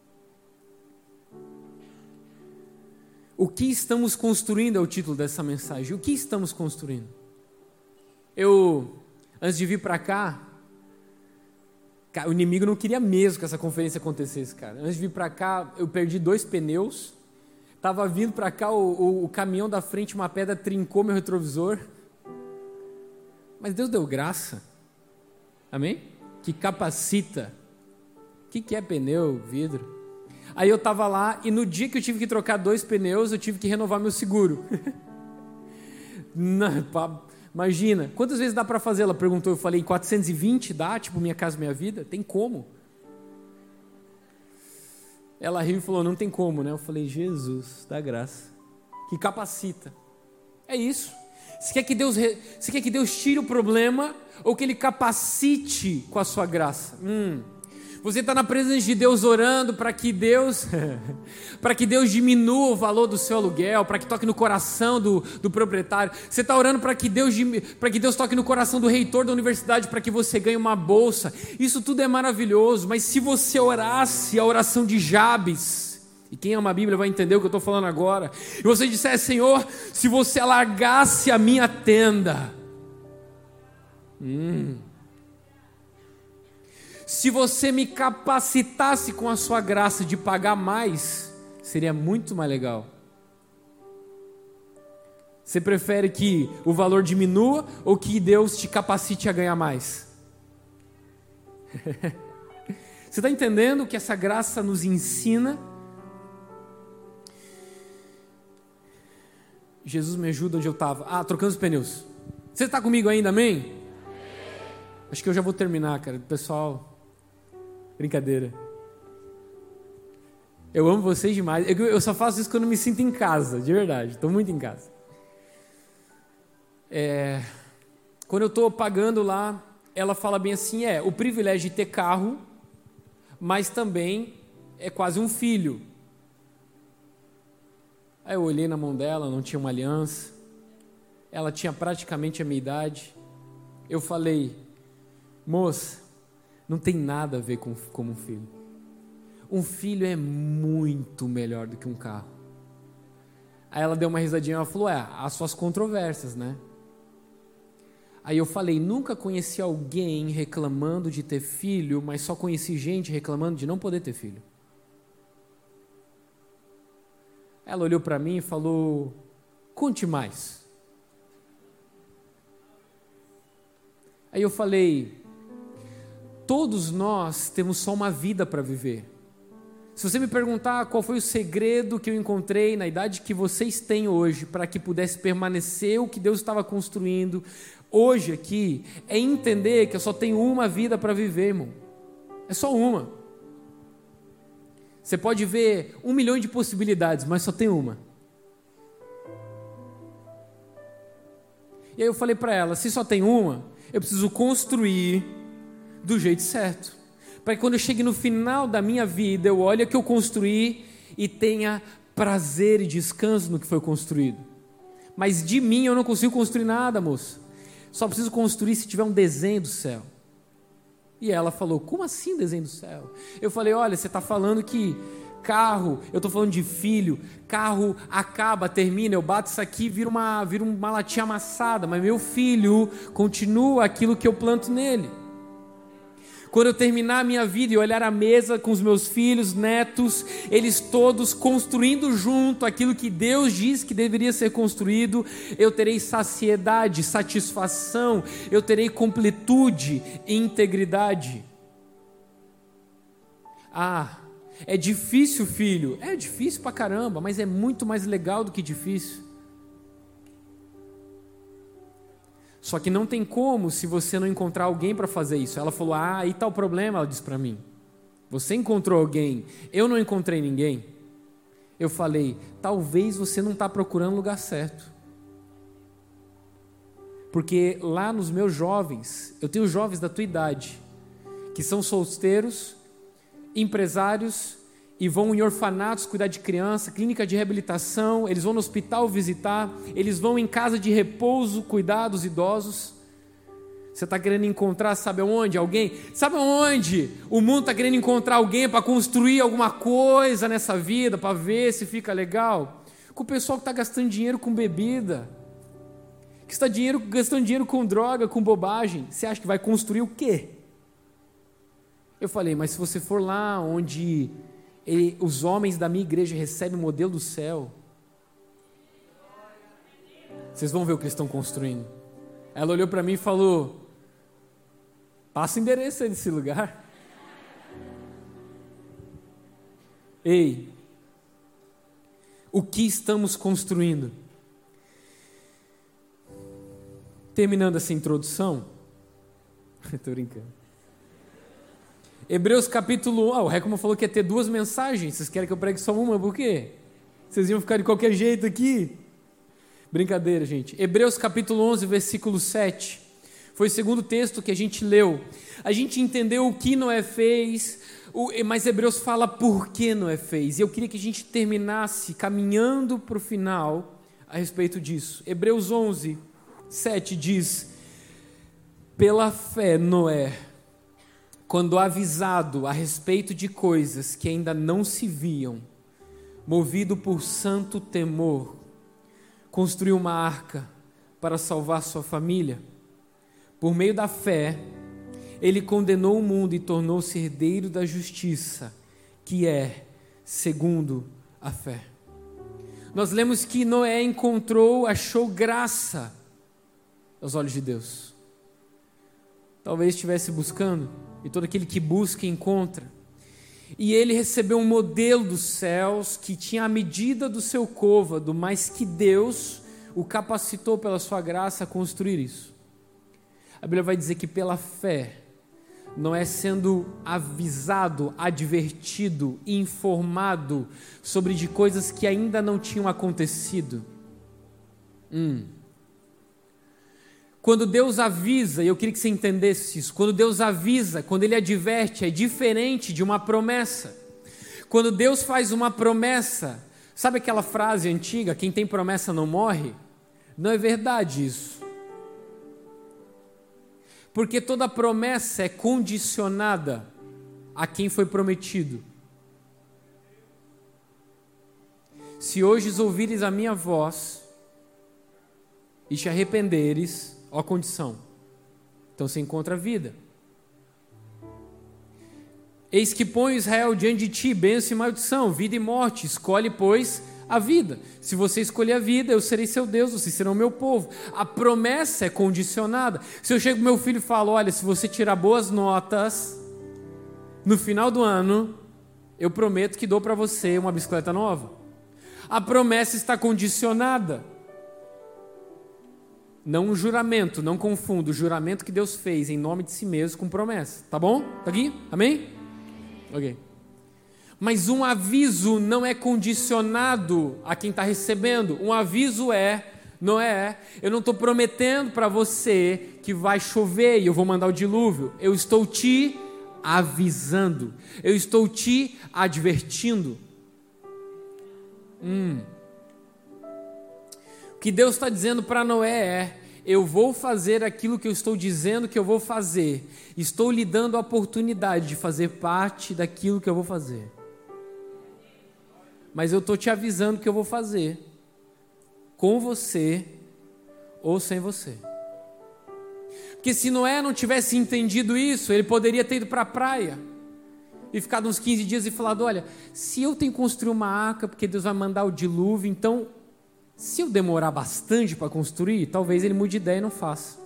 O que estamos construindo é o título dessa mensagem. O que estamos construindo? Antes de vir para cá, o inimigo não queria mesmo que essa conferência acontecesse, cara. Antes de vir para cá, eu perdi 2 pneus. Estava vindo para cá, o caminhão da frente, uma pedra trincou meu retrovisor. Mas Deus deu graça. Amém? Que capacita. O que é pneu, vidro? Aí eu estava lá e no dia que eu tive que trocar 2 pneus, eu tive que renovar meu seguro. Imagina, quantas vezes dá para fazer? Ela perguntou, eu falei, 420 dá? Tipo, Minha Casa Minha Vida? Tem como? Ela riu e falou, não tem como, né? Eu falei, Jesus, dá graça. Que capacita. É isso. Você quer que Deus tire o problema ou que Ele capacite com a sua graça? Você está na presença de Deus orando para que Deus diminua o valor do seu aluguel, para que toque no coração do proprietário. Você está orando para que Deus toque no coração do reitor da universidade, para que você ganhe uma bolsa. Isso tudo é maravilhoso, mas se você orasse a oração de Jabes, e quem ama a Bíblia vai entender o que eu estou falando agora, e você dissesse, Senhor, se você alargasse a minha tenda, se você me capacitasse com a sua graça de pagar mais, seria muito mais legal. Você prefere que o valor diminua ou que Deus te capacite a ganhar mais? Você está entendendo que essa graça nos ensina? Jesus, me ajuda onde eu estava. Trocando os pneus. Você está comigo ainda, amém? Acho que eu já vou terminar, cara. Pessoal, brincadeira. Eu amo vocês demais. Eu só faço isso quando eu me sinto em casa, de verdade. Estou muito em casa. Quando eu estou pagando lá, ela fala bem assim, o privilégio de ter carro, mas também é quase um filho. Aí eu olhei na mão dela, não tinha uma aliança. Ela tinha praticamente a minha idade. Eu falei, moça, não tem nada a ver com um filho. Um filho é muito melhor do que um carro. Aí ela deu uma risadinha, ela falou, as suas controvérsias, né? Aí eu falei, nunca conheci alguém reclamando de ter filho, mas só conheci gente reclamando de não poder ter filho. Ela olhou para mim e falou, conte mais. Aí eu falei, todos nós temos só uma vida para viver. Se você me perguntar qual foi o segredo que eu encontrei na idade que vocês têm hoje, para que pudesse permanecer o que Deus estava construindo hoje aqui, é entender que eu só tenho uma vida para viver, irmão. É só uma. Você pode ver 1 milhão de possibilidades, mas só tem uma. E aí eu falei para ela, se só tem uma, eu preciso construir do jeito certo. Para que quando eu chegue no final da minha vida, eu olhe o que eu construí e tenha prazer e descanso no que foi construído. Mas de mim eu não consigo construir nada, moça. Só preciso construir se tiver um desenho do céu. E ela falou, como assim desenho do céu? Eu falei, olha, você está falando que carro, eu estou falando de filho, carro acaba, termina, eu bato isso aqui, vira uma latinha amassada, mas meu filho continua aquilo que eu planto nele. Quando eu terminar a minha vida e olhar a mesa com os meus filhos, netos, eles todos construindo junto aquilo que Deus diz que deveria ser construído, eu terei saciedade, satisfação, eu terei completude e integridade. É difícil, filho? É difícil pra caramba, mas é muito mais legal do que difícil. Só que não tem como se você não encontrar alguém para fazer isso. Ela falou, aí tá o problema, ela disse para mim. Você encontrou alguém, eu não encontrei ninguém. Eu falei, talvez você não está procurando o lugar certo. Porque lá nos meus jovens, eu tenho jovens da tua idade, que são solteiros, empresários, e vão em orfanatos cuidar de criança, clínica de reabilitação, eles vão no hospital visitar, eles vão em casa de repouso cuidar dos idosos. Você está querendo encontrar, sabe aonde? Alguém? Sabe aonde? O mundo está querendo encontrar alguém para construir alguma coisa nessa vida, para ver se fica legal? Com o pessoal que está gastando dinheiro com bebida, que está gastando dinheiro com droga, com bobagem. Você acha que vai construir o quê? Eu falei, mas se você for lá onde os homens da minha igreja recebem o modelo do céu, vocês vão ver o que eles estão construindo. Ela olhou para mim e falou, passa o endereço aí desse lugar. Ei, o que estamos construindo? Terminando essa introdução, estou brincando. Hebreus capítulo 1, o Recoma falou que ia ter 2 mensagens, vocês querem que eu pregue só uma, por quê? Vocês iam ficar de qualquer jeito aqui? Brincadeira, gente. Hebreus capítulo 11, versículo 7, foi o segundo texto que a gente leu. A gente entendeu o que Noé fez, mas Hebreus fala por que Noé fez, e eu queria que a gente terminasse caminhando para o final a respeito disso. Hebreus 11, 7 diz, pela fé Noé, quando avisado a respeito de coisas que ainda não se viam, movido por santo temor, construiu uma arca para salvar sua família. Por meio da fé, ele condenou o mundo e tornou-se herdeiro da justiça, que é segundo a fé. Nós lemos que Noé achou graça aos olhos de Deus. Talvez estivesse buscando, e todo aquele que busca encontra. E ele recebeu um modelo dos céus que tinha a medida do seu côvado, mas que Deus o capacitou pela sua graça a construir isso. A Bíblia vai dizer que pela fé, Noé sendo avisado, advertido, informado sobre de coisas que ainda não tinham acontecido. Quando Deus avisa, e eu queria que você entendesse isso, quando Deus avisa, quando Ele adverte, é diferente de uma promessa. Quando Deus faz uma promessa, sabe aquela frase antiga, quem tem promessa não morre? Não é verdade isso. Porque toda promessa é condicionada a quem foi prometido. Se hoje ouvires a minha voz e te arrependeres, ó condição, então você encontra a vida. Eis que põe Israel diante de ti, bênção e maldição, vida e morte, escolhe, pois, a vida. Se você escolher a vida, eu serei seu Deus, vocês serão meu povo. A promessa é condicionada. Se eu chego pro meu filho e falo, olha, se você tirar boas notas, no final do ano, eu prometo que dou para você uma bicicleta nova. A promessa está condicionada. Não um juramento, não confunda o juramento que Deus fez em nome de si mesmo com promessa, tá bom? Tá aqui? Amém? Ok. Mas um aviso não é condicionado a quem está recebendo. Um aviso eu não estou prometendo para você que vai chover e eu vou mandar o dilúvio. Eu estou te avisando, eu estou te advertindo. O que Deus está dizendo para Noé é: eu vou fazer aquilo que eu estou dizendo que eu vou fazer. Estou lhe dando a oportunidade de fazer parte daquilo que eu vou fazer. Mas eu estou te avisando que eu vou fazer, com você ou sem você. Porque se Noé não tivesse entendido isso, ele poderia ter ido para a praia e ficado uns 15 dias e falado, olha, se eu tenho que construir uma arca porque Deus vai mandar o dilúvio, então se eu demorar bastante para construir, talvez ele mude de ideia e não faça.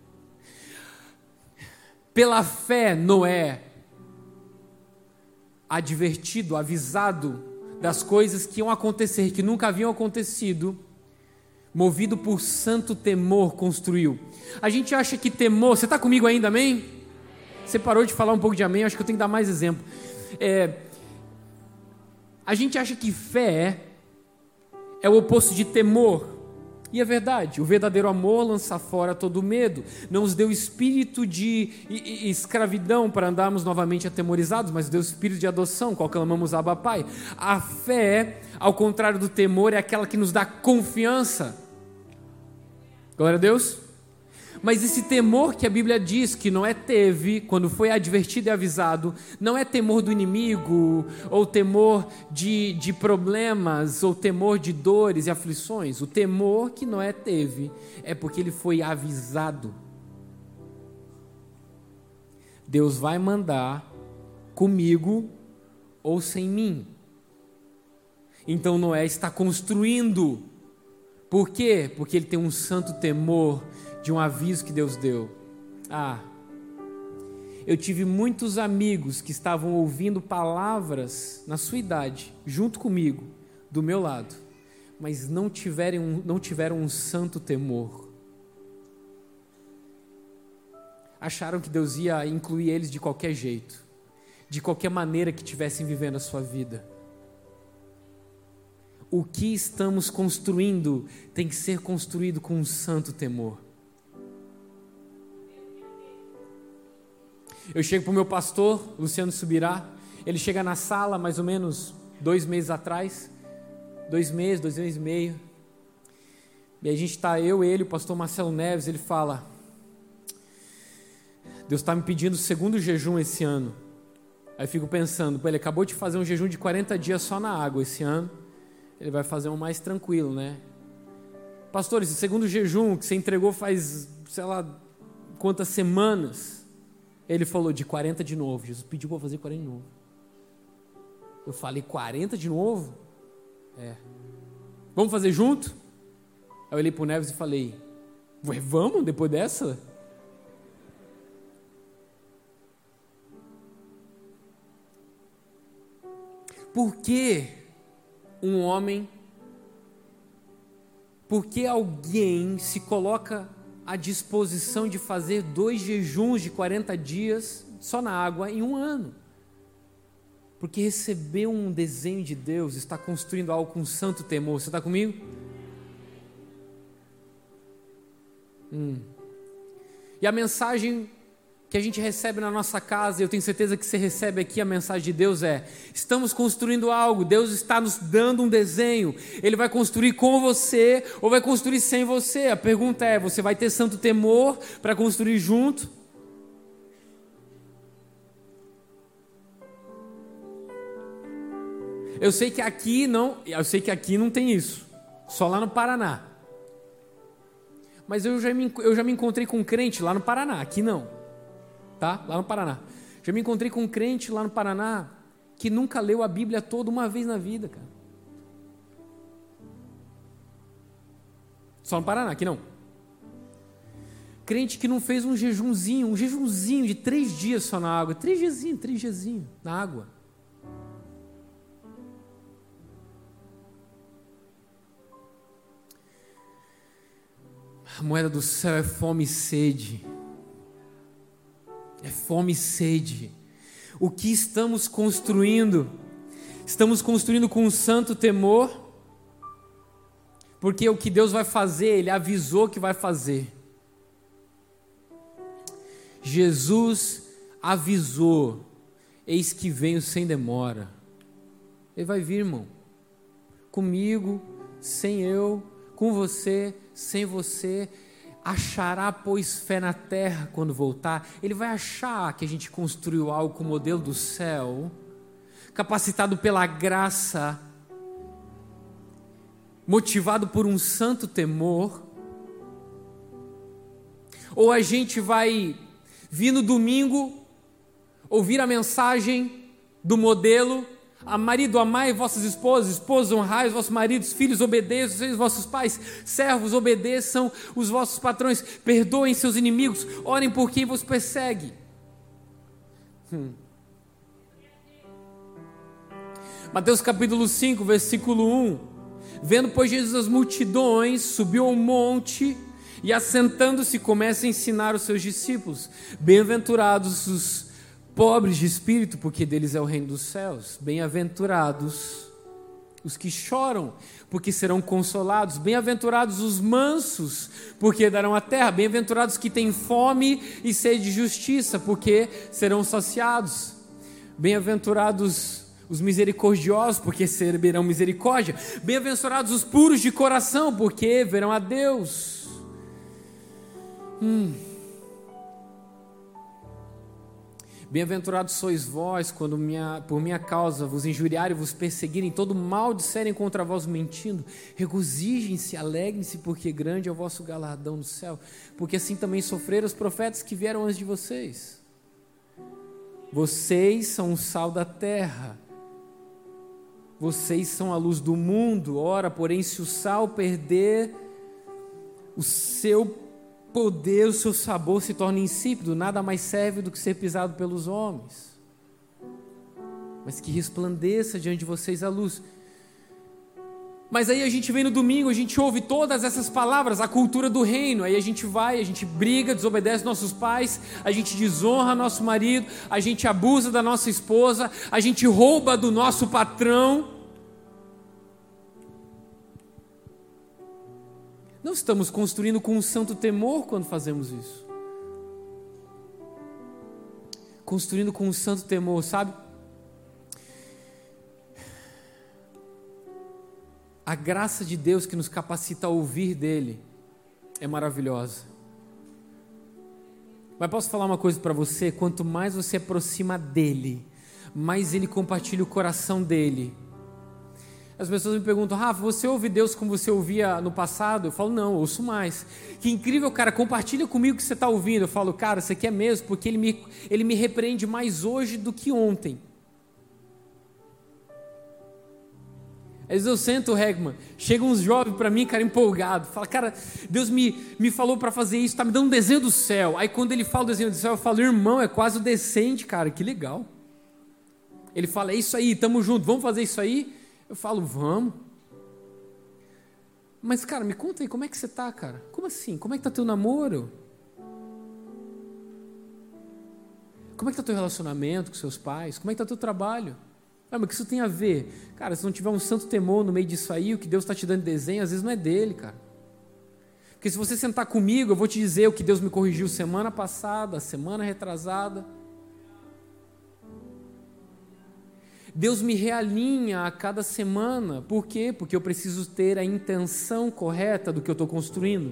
Pela fé, Noé advertido, avisado das coisas que iam acontecer, que nunca haviam acontecido, movido por santo temor, construiu. A gente acha que temor... Você está comigo ainda, amém? Você parou de falar um pouco de amém, eu acho que eu tenho que dar mais exemplo. A gente acha que fé é o oposto de temor. E é verdade, o verdadeiro amor lança fora todo medo. Não nos deu espírito de escravidão para andarmos novamente atemorizados, mas deu espírito de adoção, qual clamamos Abba Pai. A fé, ao contrário do temor, é aquela que nos dá confiança. Glória a Deus. Mas esse temor que a Bíblia diz que Noé teve quando foi advertido e avisado, não é temor do inimigo, ou temor de problemas, ou temor de dores e aflições. O temor que Noé teve é porque ele foi avisado. Deus vai mandar comigo ou sem mim. Então Noé está construindo. Por quê? Porque ele tem um santo temor de um aviso que Deus deu. Eu tive muitos amigos que estavam ouvindo palavras na sua idade, junto comigo, do meu lado, mas não tiveram um santo temor. Acharam que Deus ia incluir eles de qualquer jeito, de qualquer maneira que estivessem vivendo a sua vida. O que estamos construindo tem que ser construído com um santo temor. Eu chego para o meu pastor, Luciano Subirá, ele chega na sala mais ou menos 2 meses atrás, 2 meses e meio, e a gente está, eu, ele, o pastor Marcelo Neves, ele fala, Deus está me pedindo o 2º jejum esse ano. Aí eu fico pensando, ele acabou de fazer um jejum de 40 dias só na água esse ano, ele vai fazer um mais tranquilo, né? Pastor, esse 2º jejum que você entregou faz, sei lá, quantas semanas? Ele falou de 40 de novo. Jesus pediu para fazer 40 de novo. Eu falei, 40 de novo? Vamos fazer junto? Aí eu olhei para o Neves e falei, vamos depois dessa? Por que alguém se coloca à disposição de fazer 2 jejuns de 40 dias só na água em 1 ano? Porque recebeu um desenho de Deus, está construindo algo com santo temor. Você está comigo? E a mensagem que a gente recebe na nossa casa, eu tenho certeza que você recebe aqui, a mensagem de Deus estamos construindo algo, Deus está nos dando um desenho, Ele vai construir com você, ou vai construir sem você. A pergunta é, você vai ter santo temor para construir junto? Eu sei que aqui não tem isso, só lá no Paraná. Mas eu já me encontrei com um crente lá no Paraná, aqui não. Tá? Lá no Paraná. Já me encontrei com um crente lá no Paraná que nunca leu a Bíblia toda uma vez na vida, cara. Só no Paraná, aqui não. Crente que não fez um jejumzinho de 3 dias só na água. 3 diazinho na água. A moeda do céu é fome e sede. É fome e sede. O que estamos construindo? Estamos construindo com um santo temor, porque o que Deus vai fazer, Ele avisou que vai fazer. Jesus avisou, eis que venho sem demora. Ele vai vir, irmão, comigo, sem eu, com você, sem você. Achará, pois, fé na terra quando voltar. Ele vai achar que a gente construiu algo com o modelo do céu, capacitado pela graça, motivado por um santo temor. Ou a gente vai vir no domingo, ouvir a mensagem do modelo: marido, amai vossas esposas, esposas, honrai os vossos maridos, filhos, obedeçam os vossos pais, servos, obedeçam os vossos patrões, perdoem seus inimigos, orem por quem vos persegue. Mateus capítulo 5, versículo 1. Vendo, pois, Jesus as multidões, subiu ao monte e, assentando-se, começa a ensinar os seus discípulos. Bem-aventurados os pobres de espírito, porque deles é o reino dos céus. Bem-aventurados os que choram, porque serão consolados. Bem-aventurados os mansos, porque darão a terra. Bem-aventurados que têm fome e sede de justiça, porque serão saciados. Bem-aventurados os misericordiosos, porque receberão misericórdia. Bem-aventurados os puros de coração, porque verão a Deus. Bem-aventurados sois vós, quando por minha causa vos injuriarem e vos perseguirem, todo mal disserem contra vós mentindo. Regozijem-se, alegrem-se, porque grande é o vosso galardão no céu. Porque assim também sofreram os profetas que vieram antes de vocês. Vocês são o sal da terra. Vocês são a luz do mundo. Ora, porém, se o sal perder o seu poder, o seu sabor se torna insípido, nada mais serve do que ser pisado pelos homens. Mas que resplandeça diante de vocês a luz. Mas aí a gente vem no domingo, a gente ouve todas essas palavras, a cultura do reino. Aí a gente vai, a gente briga, desobedece nossos pais, a gente desonra nosso marido, a gente abusa da nossa esposa, a gente rouba do nosso patrão. Não estamos construindo com um santo temor quando fazemos isso. Construindo com um santo temor, sabe? A graça de Deus que nos capacita a ouvir dele é maravilhosa. Mas posso falar uma coisa para você? Quanto mais você aproxima dele, mais ele compartilha o coração dele. As pessoas me perguntam: Rafa, você ouve Deus como você ouvia no passado? Eu falo: não, eu ouço mais. Que incrível, cara, compartilha comigo o que você está ouvindo. Eu falo: cara, isso aqui é mesmo, porque ele me repreende mais hoje do que ontem. Às vezes eu sento, Regman, chega uns jovens para mim, cara, empolgado, fala: cara, Deus me falou para fazer isso, tá me dando um desenho do céu. Aí quando ele fala o desenho do céu, eu falo: irmão, é quase o decente, cara, que legal. Ele fala: é isso aí, tamo junto, vamos fazer isso aí? Eu falo: vamos. Mas, cara, me conta aí, como é que você tá, cara? Como assim? Como é que tá teu namoro? Como é que tá teu relacionamento com seus pais? Como é que tá teu trabalho? Ah, mas o que isso tem a ver? Cara, se não tiver um santo temor no meio disso aí, o que Deus está te dando de desenho, às vezes não é dele, cara. Porque se você sentar comigo, eu vou te dizer o que Deus me corrigiu semana passada, semana retrasada. Deus me realinha a cada semana. Por quê? Porque eu preciso ter a intenção correta do que eu estou construindo.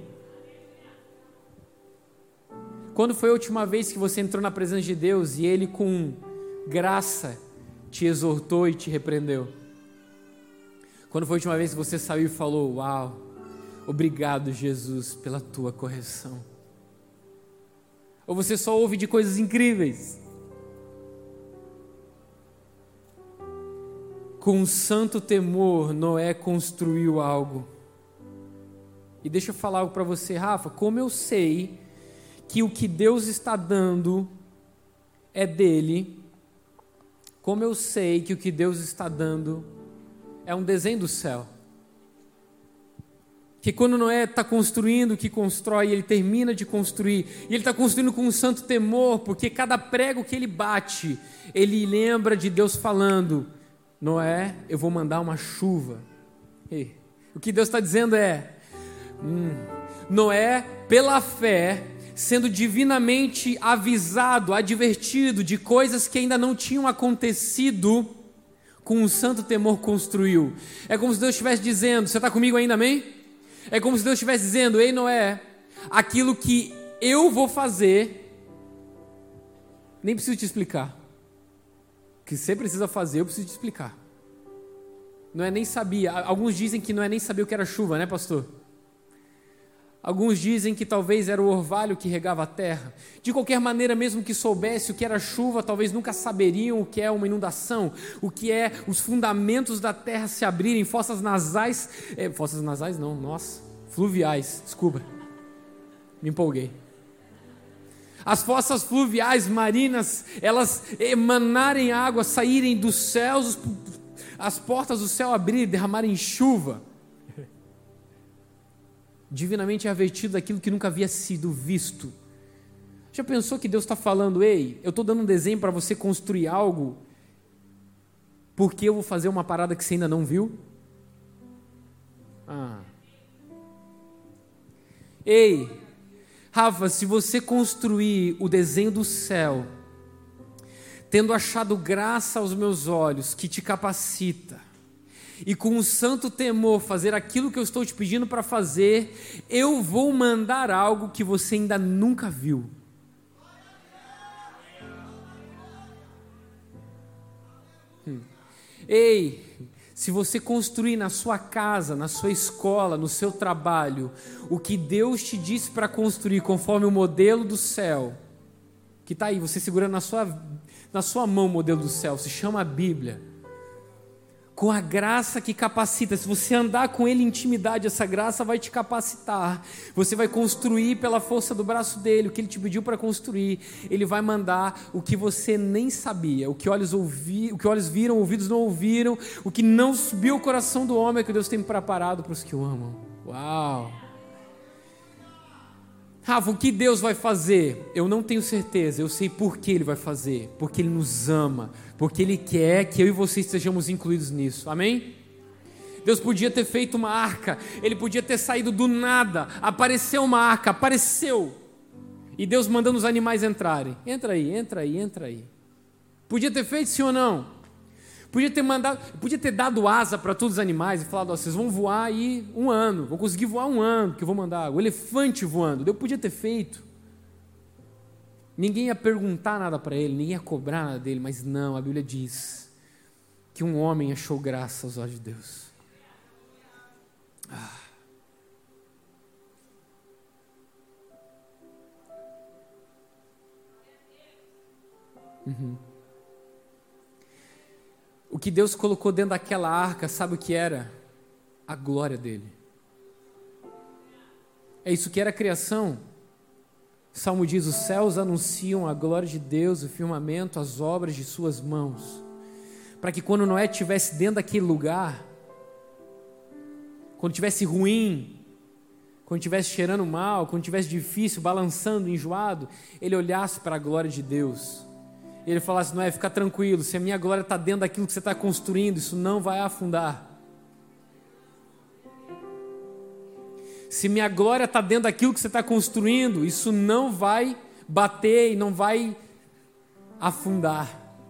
Quando foi a última vez que você entrou na presença de Deus e Ele com graça te exortou e te repreendeu? Quando foi a última vez que você saiu e falou: uau, obrigado, Jesus, pela tua correção? Ou você só ouve de coisas incríveis? Com um santo temor, Noé construiu algo. E deixa eu falar algo para você, Rafa. Como eu sei que o que Deus está dando é dele? Como eu sei que o que Deus está dando é um desenho do céu? Que quando Noé está construindo o que constrói, ele termina de construir, e ele está construindo com um santo temor, porque cada prego que ele bate, ele lembra de Deus falando: Noé, eu vou mandar uma chuva. E o que Deus está dizendo é: Noé, pela fé, sendo divinamente avisado, advertido de coisas que ainda não tinham acontecido, com um santo temor construiu. É como se Deus estivesse dizendo: você está comigo ainda, amém? É como se Deus estivesse dizendo: ei, Noé, aquilo que eu vou fazer, nem preciso te explicar. O que você precisa fazer, eu preciso te explicar. Noé nem sabia. Alguns dizem que Noé nem sabia o que era chuva, né, pastor? Alguns dizem que talvez era o orvalho que regava a terra. De qualquer maneira, mesmo que soubesse o que era chuva, talvez nunca saberiam o que é uma inundação, o que é os fundamentos da terra se abrirem, fossas nasais, fluviais, desculpa, me empolguei. As fossas fluviais marinas, elas emanarem água, saírem dos céus, as portas do céu abrirem e derramarem chuva, divinamente avertido daquilo que nunca havia sido visto. Já pensou que Deus está falando, ei, eu estou dando um desenho para você construir algo, porque eu vou fazer uma parada que você ainda não viu? Ei, Rafa, se você construir o desenho do céu, tendo achado graça aos meus olhos, que te capacita, e com um santo temor fazer aquilo que eu estou te pedindo para fazer, eu vou mandar algo que você ainda nunca viu. Ei, se você construir na sua casa, na sua escola, no seu trabalho, o que Deus te disse para construir conforme o modelo do céu, que está aí, você segurando na sua mão o modelo do céu, se chama a Bíblia, com a graça que capacita, se você andar com Ele em intimidade, essa graça vai te capacitar, você vai construir pela força do braço dEle, o que Ele te pediu para construir, Ele vai mandar o que você nem sabia, o que olhos viram, ouvidos não ouviram, o que não subiu ao coração do homem, é que Deus tem preparado para os que o amam. Uau! Rafa, o que Deus vai fazer? Eu não tenho certeza, eu sei por que Ele vai fazer, porque Ele nos ama, porque Ele quer que eu e você estejamos incluídos nisso, amém? Deus podia ter feito uma arca, Ele podia ter saído do nada, apareceu uma arca, apareceu, e Deus mandando os animais entrarem, entra aí, podia ter feito sim ou não? Podia ter dado asa para todos os animais e falado, vocês vão voar aí 1 ano, vão conseguir voar 1 ano, que eu vou mandar o elefante voando. Deus podia ter feito. Ninguém ia perguntar nada para ele, ninguém ia cobrar nada dele, mas não, a Bíblia diz que um homem achou graça aos olhos de Deus. O que Deus colocou dentro daquela arca, sabe o que era? A glória dele. É isso que era a criação. O Salmo diz, os céus anunciam a glória de Deus, o firmamento, as obras de suas mãos. Para que quando Noé estivesse dentro daquele lugar, quando estivesse ruim, quando estivesse cheirando mal, quando estivesse difícil, balançando, enjoado, ele olhasse para a glória de Deus. E ele falasse, Noé, fica tranquilo, se a minha glória está dentro daquilo que você está construindo, isso não vai afundar. Se minha glória está dentro daquilo que você está construindo, isso não vai bater e não vai afundar.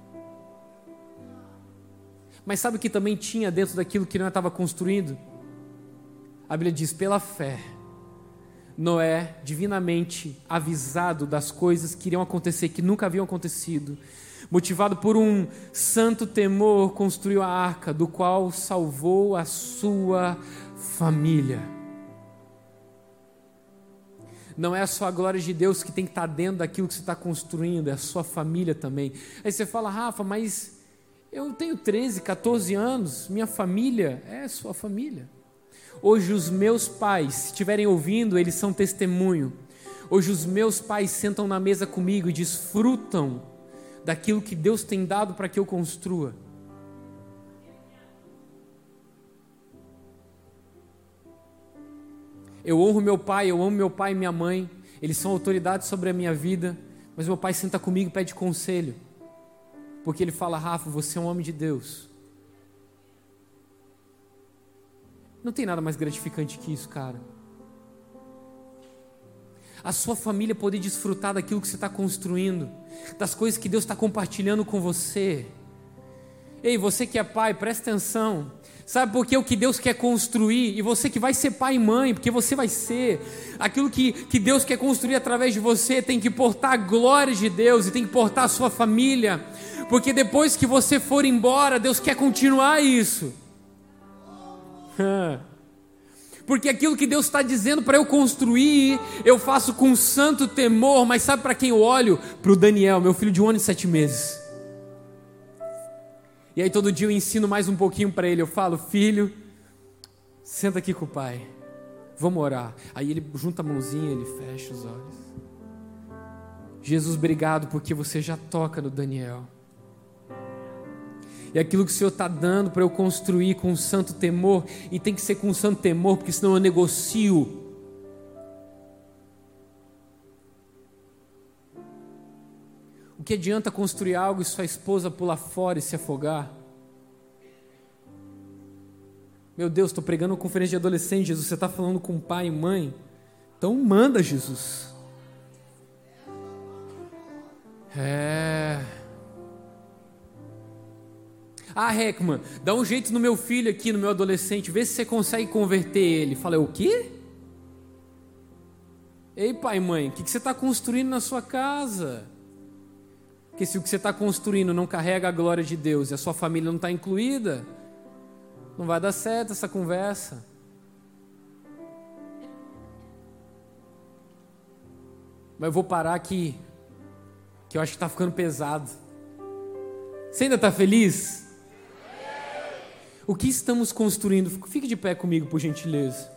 Mas sabe o que também tinha dentro daquilo que Noé estava construindo? A Bíblia diz, pela fé, Noé, divinamente avisado das coisas que iriam acontecer, que nunca haviam acontecido, motivado por um santo temor, construiu a arca, do qual salvou a sua família. Não é só a glória de Deus que tem que estar dentro daquilo que você está construindo, é a sua família também. Aí você fala, Rafa, mas eu tenho 13, 14 anos, minha família é sua família. Hoje os meus pais, se estiverem ouvindo, eles são testemunho. Hoje os meus pais sentam na mesa comigo e desfrutam daquilo que Deus tem dado para que eu construa. Eu honro meu pai, eu amo meu pai e minha mãe, eles são autoridades sobre a minha vida, mas meu pai senta comigo e pede conselho, porque ele fala, Rafa, você é um homem de Deus. Não tem nada mais gratificante que isso, cara. A sua família poder desfrutar daquilo que você está construindo, das coisas que Deus está compartilhando com você. Ei, você que é pai, presta atenção. Sabe por que o que Deus quer construir, e você que vai ser pai e mãe, porque você vai ser, aquilo que Deus quer construir através de você, tem que portar a glória de Deus, e tem que portar a sua família, porque depois que você for embora, Deus quer continuar isso. Porque aquilo que Deus está dizendo para eu construir, eu faço com santo temor. Mas sabe para quem eu olho? Para o Daniel, meu filho de 1 ano e 7 meses. E aí todo dia eu ensino mais um pouquinho para ele. Eu falo, filho, senta aqui com o pai, vamos orar. Aí ele junta a mãozinha, ele fecha os olhos. Jesus, obrigado porque você já toca no Daniel. E aquilo que o Senhor está dando para eu construir com um santo temor, e tem que ser com um santo temor, porque senão eu negocio. O que adianta construir algo e sua esposa pular fora e se afogar? Meu Deus, estou pregando uma conferência de adolescente, Jesus, você está falando com pai e mãe? Então manda, Jesus. Heckman, dá um jeito no meu filho aqui, no meu adolescente, vê se você consegue converter ele. Fala, o quê? Ei, pai e mãe, o que você está construindo na sua casa? Porque se o que você está construindo não carrega a glória de Deus e a sua família não está incluída, não vai dar certo essa conversa. Mas eu vou parar aqui, que eu acho que está ficando pesado. Você ainda está feliz? O que estamos construindo? Fique de pé comigo, por gentileza.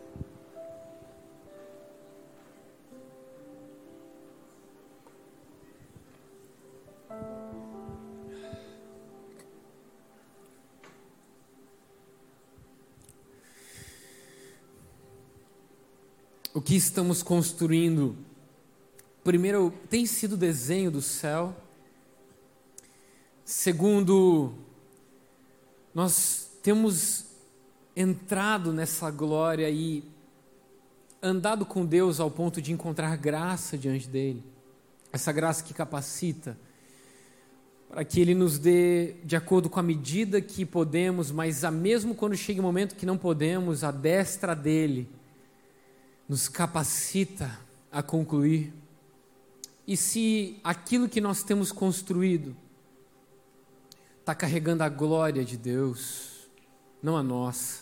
O que estamos construindo? Primeiro, tem sido o desenho do céu. Segundo, nós temos entrado nessa glória e andado com Deus ao ponto de encontrar graça diante dEle. Essa graça que capacita para que Ele nos dê de acordo com a medida que podemos, mas mesmo quando chega o momento que não podemos, a destra dEle nos capacita a concluir. E se aquilo que nós temos construído está carregando a glória de Deus, não a nossa,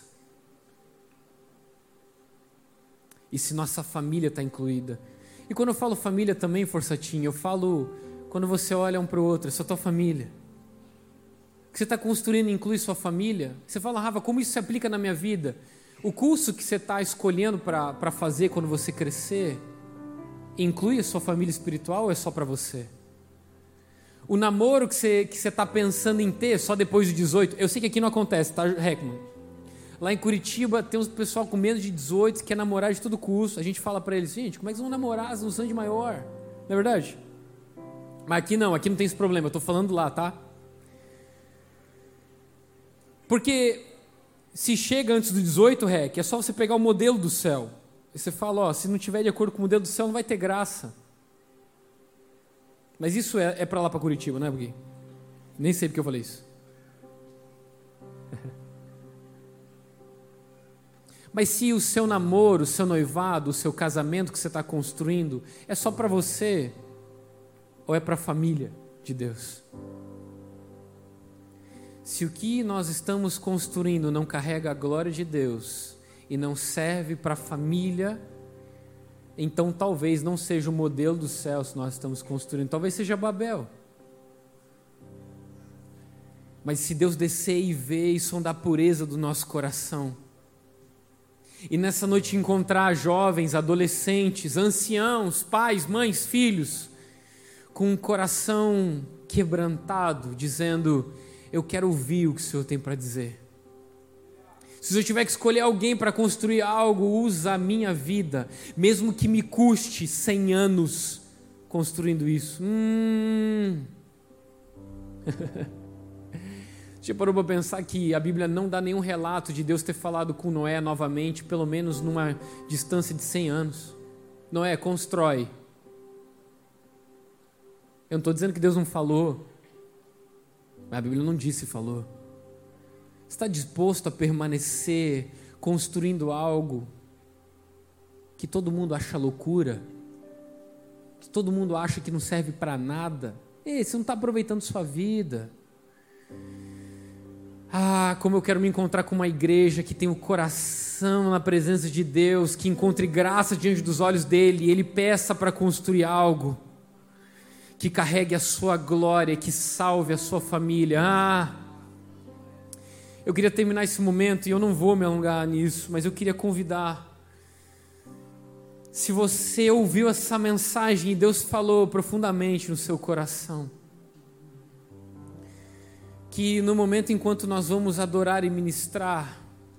e se nossa família está incluída, e quando eu falo família também, Forçatinha, eu falo quando você olha um para o outro, é só tua família. O que você está construindo inclui sua família? Você fala, Rafa, como isso se aplica na minha vida? O curso que você está escolhendo para fazer quando você crescer, inclui a sua família espiritual ou é só para você? O namoro que você está pensando em ter só depois dos 18, eu sei que aqui não acontece, tá, Heckman? Lá em Curitiba tem um pessoal com menos de 18 que quer namorar de todo curso. A gente fala para eles, gente, como é que eles vão namorar? Eles não são de maior, não é verdade? Mas aqui não tem esse problema, eu estou falando lá, tá? Porque se chega antes do 18, é só você pegar o modelo do céu. E você fala, se não tiver de acordo com o modelo do céu, não vai ter graça. Mas isso é para lá para Curitiba, não é, Gui? Nem sei porque eu falei isso. Mas se o seu namoro, o seu noivado, o seu casamento que você está construindo é só para você, ou é para a família de Deus? Se o que nós estamos construindo não carrega a glória de Deus e não serve para a família, então talvez não seja o modelo do céu que nós estamos construindo, talvez seja Babel. Mas se Deus descer e ver e sondar a pureza do nosso coração, e nessa noite encontrar jovens, adolescentes, anciãos, pais, mães, filhos, com um coração quebrantado, dizendo, eu quero ouvir o que o Senhor tem para dizer. Se eu tiver que escolher alguém para construir algo, usa a minha vida, mesmo que me custe 100 anos construindo isso. Já parou para pensar que a Bíblia não dá nenhum relato de Deus ter falado com Noé novamente, pelo menos numa distância de 100 anos. Noé, constrói. Eu não estou dizendo que Deus não falou, mas a Bíblia não disse falou. Está disposto a permanecer construindo algo que todo mundo acha loucura, que todo mundo acha que não serve para nada? Ei, você não está aproveitando sua vida. Como eu quero me encontrar com uma igreja que tem o coração na presença de Deus, que encontre graça diante dos olhos dele, e ele peça para construir algo que carregue a sua glória, que salve a sua família. Eu queria terminar esse momento, e eu não vou me alongar nisso, mas eu queria convidar, se você ouviu essa mensagem e Deus falou profundamente no seu coração, que no momento enquanto nós vamos adorar e ministrar,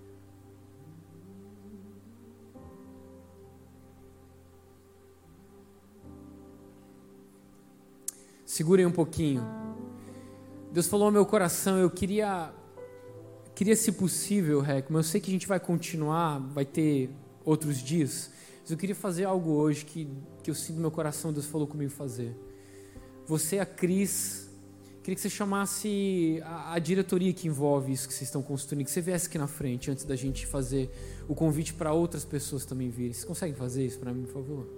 segurem um pouquinho. Deus falou ao meu coração, eu queria se possível, como eu sei que a gente vai continuar, vai ter outros dias, mas eu queria fazer algo hoje que eu sinto no meu coração, Deus falou comigo fazer. Você, a Cris, queria que você chamasse a diretoria que envolve isso que vocês estão construindo, que você viesse aqui na frente antes da gente fazer o convite para outras pessoas também virem. Vocês conseguem fazer isso para mim, por favor?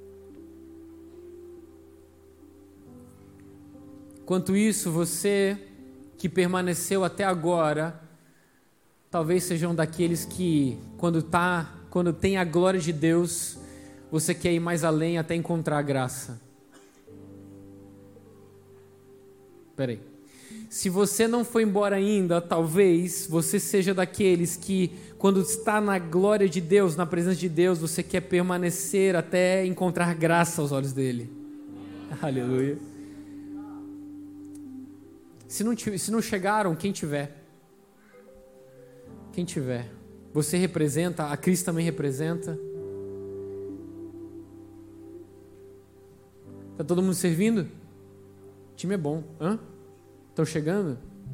Enquanto isso, você que permaneceu até agora, talvez sejam daqueles que, quando tem a glória de Deus, você quer ir mais além até encontrar a graça. Peraí. Se você não foi embora ainda, talvez você seja daqueles que, quando está na glória de Deus, na presença de Deus, você quer permanecer até encontrar graça aos olhos dele. Aleluia. Se não chegaram, quem tiver, você representa, a Cris também representa. Está todo mundo servindo? O time é bom. Estão chegando?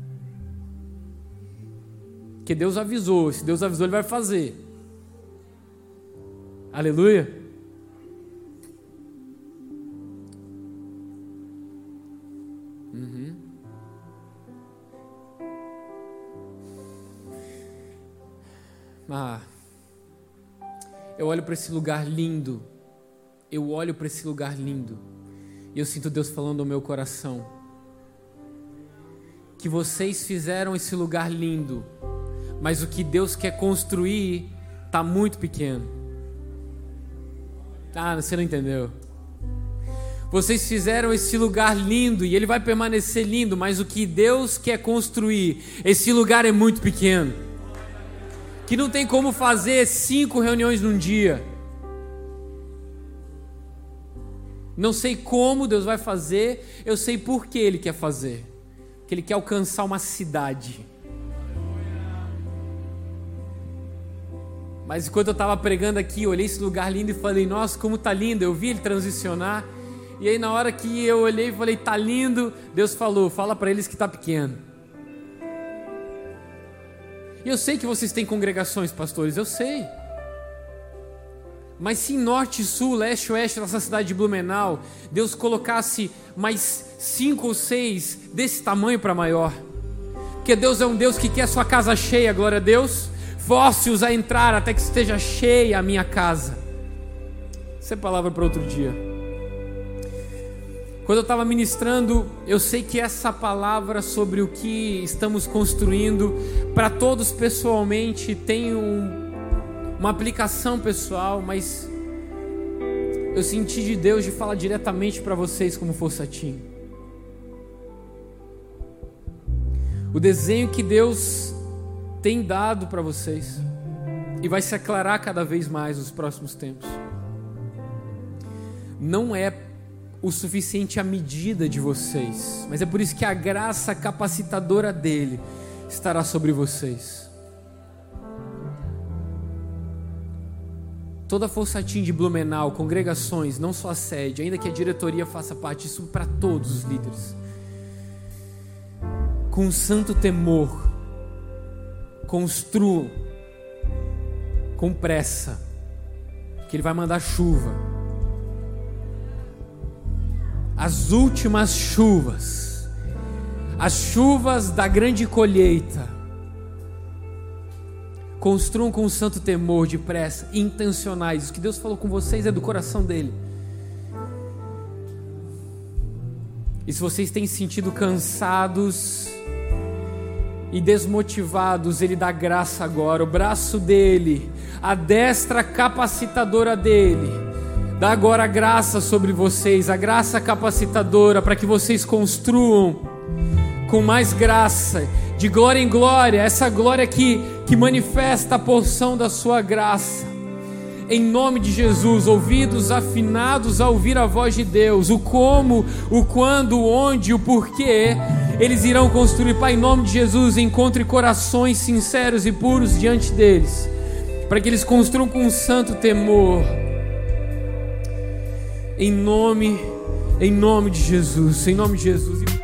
Porque Deus avisou. Se Deus avisou, Ele vai fazer. Aleluia. Eu olho para esse lugar lindo. E eu sinto Deus falando ao meu coração que vocês fizeram esse lugar lindo, mas o que Deus quer construir está muito pequeno. Você não entendeu? Vocês fizeram esse lugar lindo e ele vai permanecer lindo, mas o que Deus quer construir, esse lugar é muito pequeno, que não tem como fazer 5 reuniões num dia. Não sei como Deus vai fazer, eu sei por que Ele quer fazer. Que Ele quer alcançar uma cidade. Mas enquanto eu estava pregando aqui, eu olhei esse lugar lindo e falei, nossa, como tá lindo. Eu vi ele transicionar. E aí na hora que eu olhei e falei, tá lindo, Deus falou, fala para eles que tá pequeno. E eu sei que vocês têm congregações, pastores, eu sei. Mas se em norte, sul, leste, oeste dessa cidade de Blumenau, Deus colocasse mais 5 ou 6 desse tamanho para maior. Porque Deus é um Deus que quer sua casa cheia, glória a Deus. Force-os a entrar até que esteja cheia a minha casa. Isso é palavra para outro dia. Quando eu estava ministrando, eu sei que essa palavra sobre o que estamos construindo, para todos pessoalmente, tem uma aplicação pessoal, mas eu senti de Deus de falar diretamente para vocês como Forçatim. O desenho que Deus tem dado para vocês e vai se aclarar cada vez mais nos próximos tempos. Não é o suficiente à medida de vocês, mas é por isso que a graça capacitadora dele estará sobre vocês. Toda Forçatim de Blumenau, congregações, não só a sede, ainda que a diretoria faça parte disso, para todos os líderes, com santo temor, construam com pressa, que ele vai mandar chuva, as últimas chuvas, as chuvas da grande colheita. Construam com santo temor, de pressa, intencionais. O que Deus falou com vocês é do coração dele. E se vocês têm se sentido cansados e desmotivados, ele dá graça agora. O braço dele, a destra capacitadora dele, dá agora a graça sobre vocês, a graça capacitadora para que vocês construam com mais graça, de glória em glória, essa glória que manifesta a porção da sua graça. Em nome de Jesus, ouvidos afinados a ouvir a voz de Deus, o como, o quando, o onde, o porquê, Eles irão construir, Pai, em nome de Jesus, encontre corações sinceros e puros diante deles, para que eles construam com um santo temor. Em nome de Jesus, em nome de Jesus.